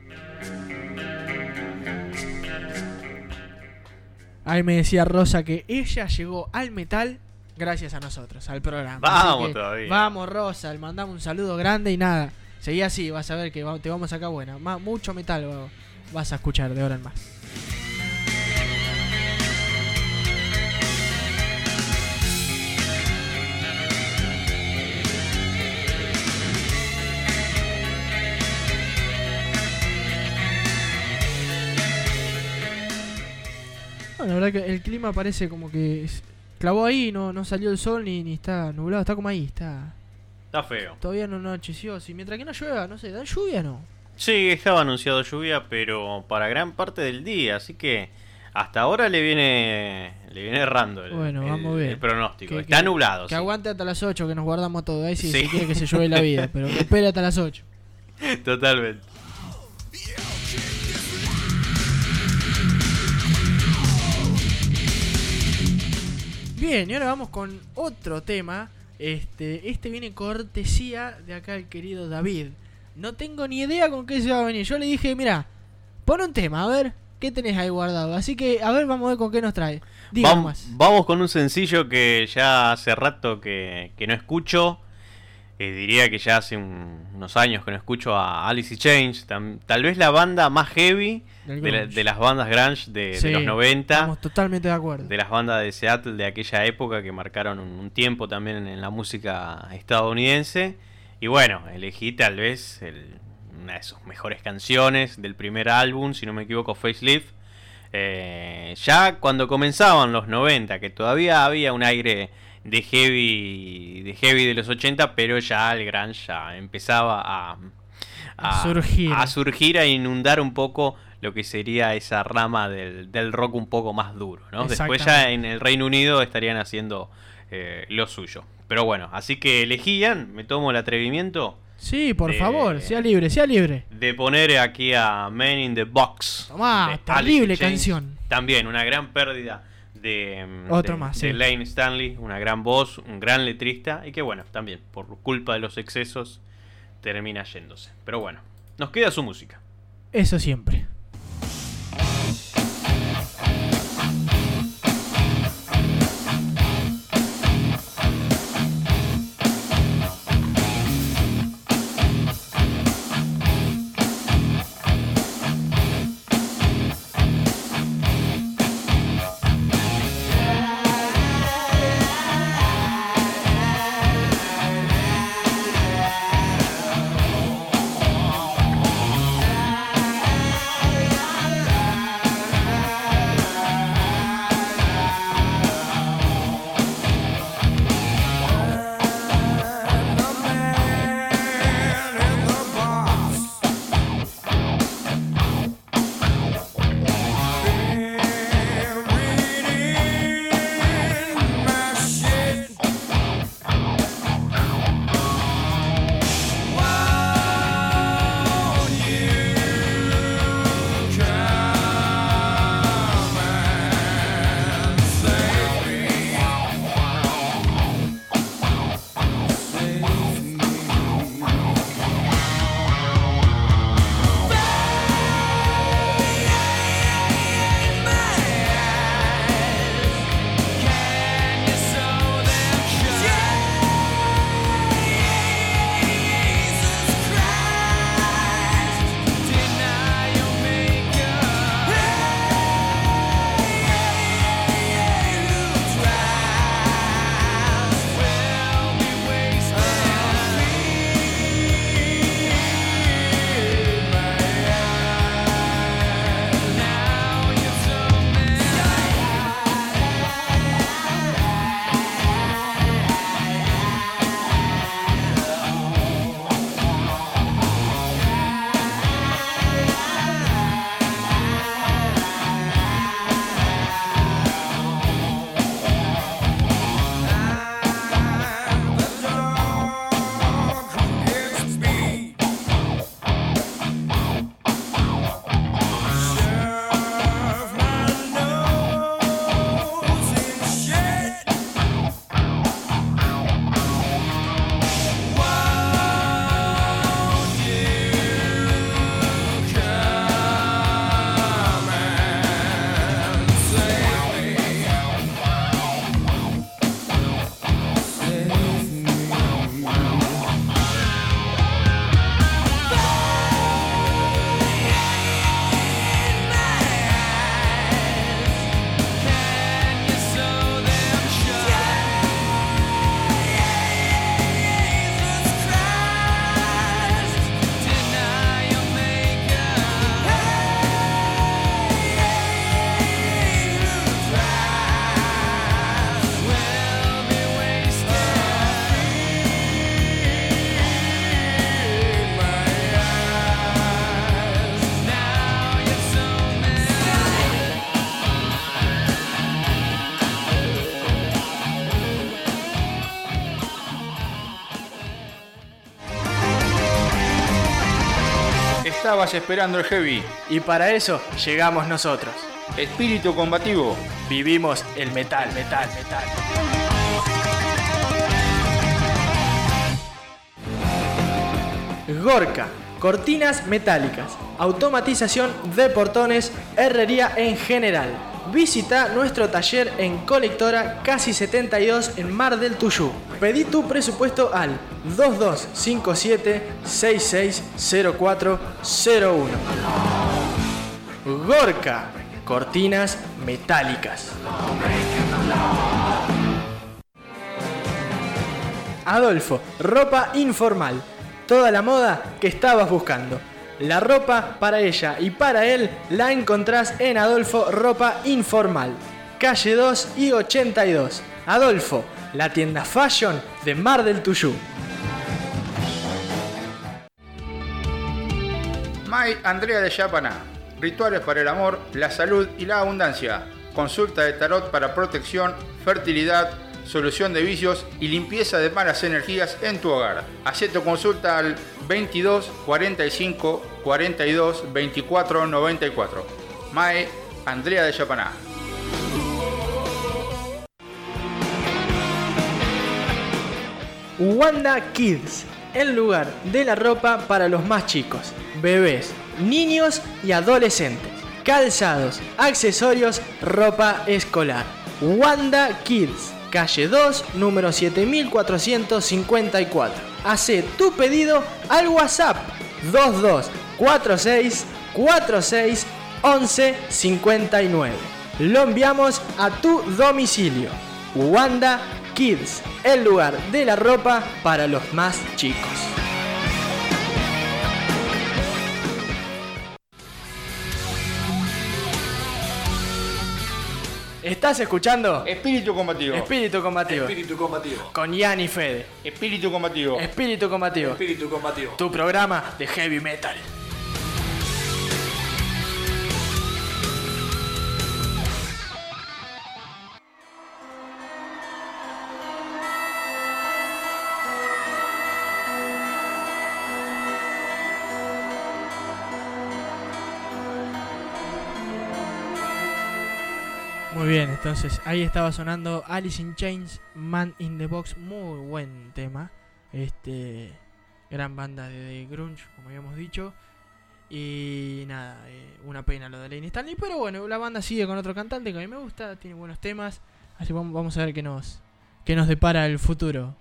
S9: Ahí me decía Rosa que ella llegó al metal gracias a nosotros, al programa.
S10: Vamos
S9: Así que,
S10: todavía.
S9: Vamos, Rosa, le mandamos un saludo grande y nada. Seguí así, vas a ver que va- te vamos a sacar buena. Más, mucho metal va- vas a escuchar de ahora en más. Bueno, la verdad que el clima parece como que es- clavó ahí, no, no salió el sol ni, ni está nublado, está como ahí, está.
S10: Está feo.
S9: Todavía no anocheció, si mientras que no llueva, no sé, ¿dan lluvia o no?
S10: Sí, estaba anunciado lluvia, pero para gran parte del día, así que hasta ahora le viene le viene errando el,
S9: Bueno,
S10: el-
S9: vamos a ver.
S10: el pronóstico.
S9: Que-
S10: Está
S9: que-
S10: nublado,
S9: Que
S10: sí.
S9: aguante hasta las ocho, que nos guardamos todo. Ahí sí,
S10: Sí.
S9: se quiere que se llueve la vida, pero que espere hasta las ocho.
S10: Totalmente.
S9: Bien, y ahora vamos con otro tema. Este, este viene cortesía de acá el querido David. No tengo ni idea con qué se va a venir. Yo le dije, mira, pon un tema, a ver, ¿qué tenés ahí guardado? Así que, a ver, vamos a ver con qué nos trae. Diga
S10: Vam-
S9: nomás.
S10: Vamos con un sencillo que ya hace rato que, que no escucho. Eh, diría que ya hace un- unos años que no escucho a Alice in Chains. Tam- tal vez la banda más heavy
S9: Del
S10: de, la-
S9: grunge.
S10: de las bandas grunge de, de
S9: Sí,
S10: los noventa.
S9: Estamos totalmente de acuerdo.
S10: De las bandas de Seattle de aquella época que marcaron un, un tiempo también en, en la música estadounidense. Y bueno, elegí tal vez el- una de sus mejores canciones del primer álbum, si no me equivoco, Facelift. Eh, ya cuando comenzaban los noventa, que todavía había un aire de heavy de heavy de los ochenta, pero ya el grunge ya empezaba a,
S9: A surgir.
S10: a surgir, a inundar un poco lo que sería esa rama del, del rock un poco más duro, ¿no? Después ya en el Reino Unido estarían haciendo eh, lo suyo. Pero bueno, así que elegían, me tomo el atrevimiento
S9: Sí, por
S10: de-
S9: favor, sea libre, sea libre.
S10: de poner aquí a Man in the Box.
S9: Tomá,
S10: de
S9: terrible
S10: Alice in Chains.
S9: canción.
S10: También una gran pérdida de,
S9: Otro
S10: de-
S9: más,
S10: de
S9: sí.
S10: Lane Stanley, una gran voz, un gran letrista y que bueno, también por culpa de los excesos termina yéndose. Pero bueno, nos queda su música.
S9: Eso siempre.
S3: Thank
S12: estabas esperando el heavy.
S19: Y para eso llegamos nosotros.
S12: Espíritu combativo.
S19: Vivimos el metal, metal, metal. Gorka, cortinas metálicas, automatización de portones, herrería en general. Visita nuestro taller en Colectora Casi setenta y dos en Mar del Tuyú. Pedí tu presupuesto al dos dos cinco siete seis seis cero cuatro cero uno. Gorka, cortinas metálicas. Adolfo, ropa informal. Toda la moda que estabas buscando. La ropa para ella y para él la encontrás en Adolfo Ropa Informal. Calle dos y ochenta y dos. Adolfo, la tienda fashion de Mar del Tuyú.
S12: May Andrea de Yapaná. Rituales para el amor, la salud y la abundancia. Consulta de tarot para protección, fertilidad, solución de vicios y limpieza de malas energías en tu hogar. Hacé tu consulta al veintidós cuarenta y cinco cuarenta y dos veinticuatro noventa y cuatro. Mae Andrea de Yapaná.
S19: Wanda Kids, el lugar de la ropa para los más chicos, bebés, niños y adolescentes. Calzados, accesorios, ropa escolar. Wanda Kids. Calle dos, número siete mil cuatrocientos cincuenta y cuatro. Hacé tu pedido al WhatsApp dos dos cuatro seis cuatro seis once cincuenta y nueve. Lo enviamos a tu domicilio. Wanda Kids, el lugar de la ropa para los más chicos. ¿Estás escuchando?
S12: Espíritu combativo.
S19: Espíritu combativo.
S5: Espíritu combativo.
S19: Con Ian y Fede.
S12: Espíritu combativo.
S19: Espíritu combativo.
S5: Espíritu combativo.
S19: Tu programa de heavy metal.
S9: Muy bien, entonces ahí estaba sonando Alice in Chains, Man in the Box, muy buen tema. Este, gran banda de, de grunge, como habíamos dicho. Y nada, eh, una pena lo de Lane Stanley, pero bueno, la banda sigue con otro cantante que a mí me gusta, tiene buenos temas, así vamos, vamos a ver qué nos, qué nos depara el futuro.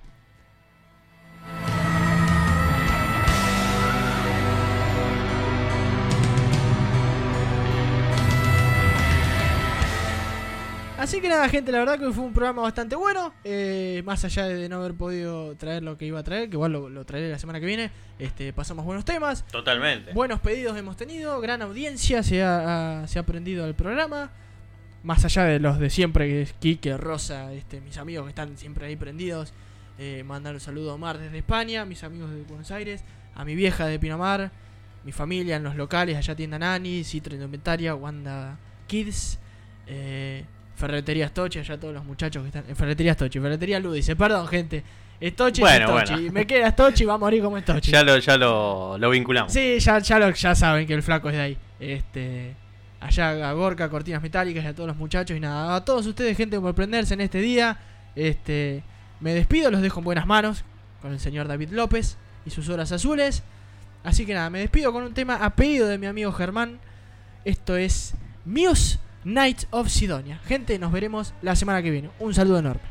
S9: Así que nada, gente, la verdad que fue un programa bastante bueno. Eh, más allá de no haber podido traer lo que iba a traer, que igual lo, lo traeré la semana que viene. Este, pasamos buenos temas.
S10: Totalmente.
S9: Buenos pedidos hemos tenido, gran audiencia, se ha, ha, se ha prendido al programa. Más allá de los de siempre, que es Quique, Rosa, este, mis amigos que están siempre ahí prendidos. Eh, mandar un saludo a Omar desde España, mis amigos de Buenos Aires, a mi vieja de Pinamar, mi familia en los locales, allá tienda Nani, Citra Indumentaria, Wanda Kids, eh... Ferretería Stochi, allá todos los muchachos que están en Ferretería Stochi, Ferretería Ludice, perdón gente, Stochi
S10: bueno,
S9: es Stochi,
S10: bueno.
S9: me queda Stochi, va a morir como Stochi.
S10: Ya lo, ya lo, lo vinculamos.
S9: Sí, ya, ya, lo, ya saben que el flaco es de ahí. Este, allá a Gorka, Cortinas Metálicas y a todos los muchachos y nada, a todos ustedes gente por prenderse en este día. Este, me despido, los dejo en buenas manos con el señor David López y sus horas azules. Así que nada, me despido con un tema a pedido de mi amigo Germán. Esto es Muse Knights of Sidonia. Gente, nos veremos la semana que viene. Un saludo enorme.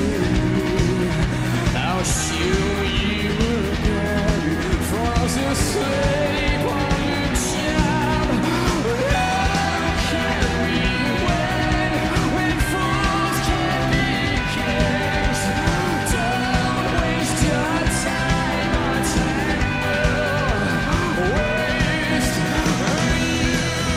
S3: I'll show you again. Falls asleep on the job. How can we win when fools can be kings? Don't waste your time on time will waste you.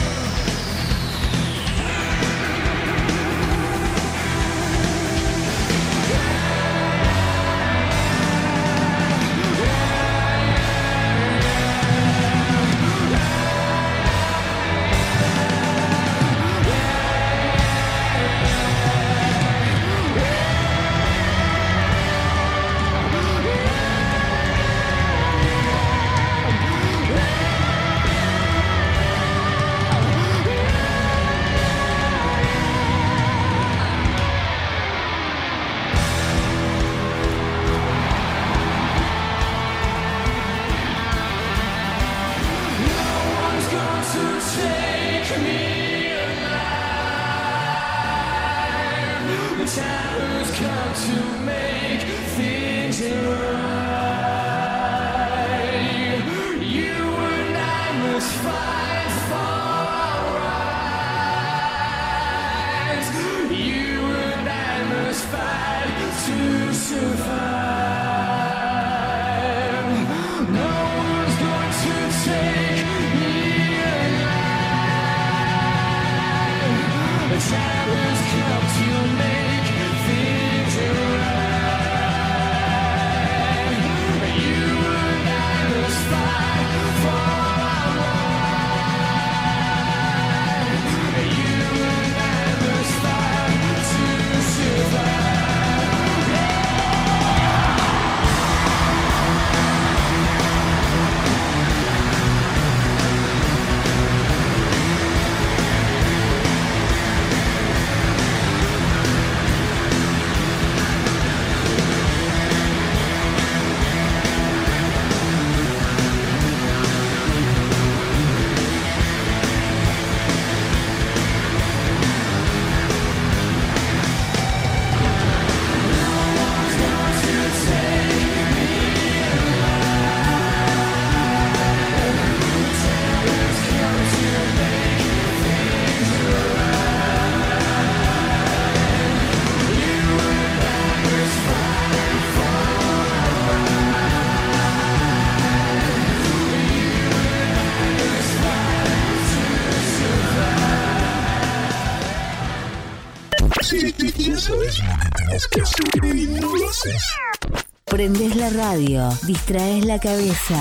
S8: Eso es lo que tenés que hacer y no lo haces. Prendés la radio, distraes la cabeza.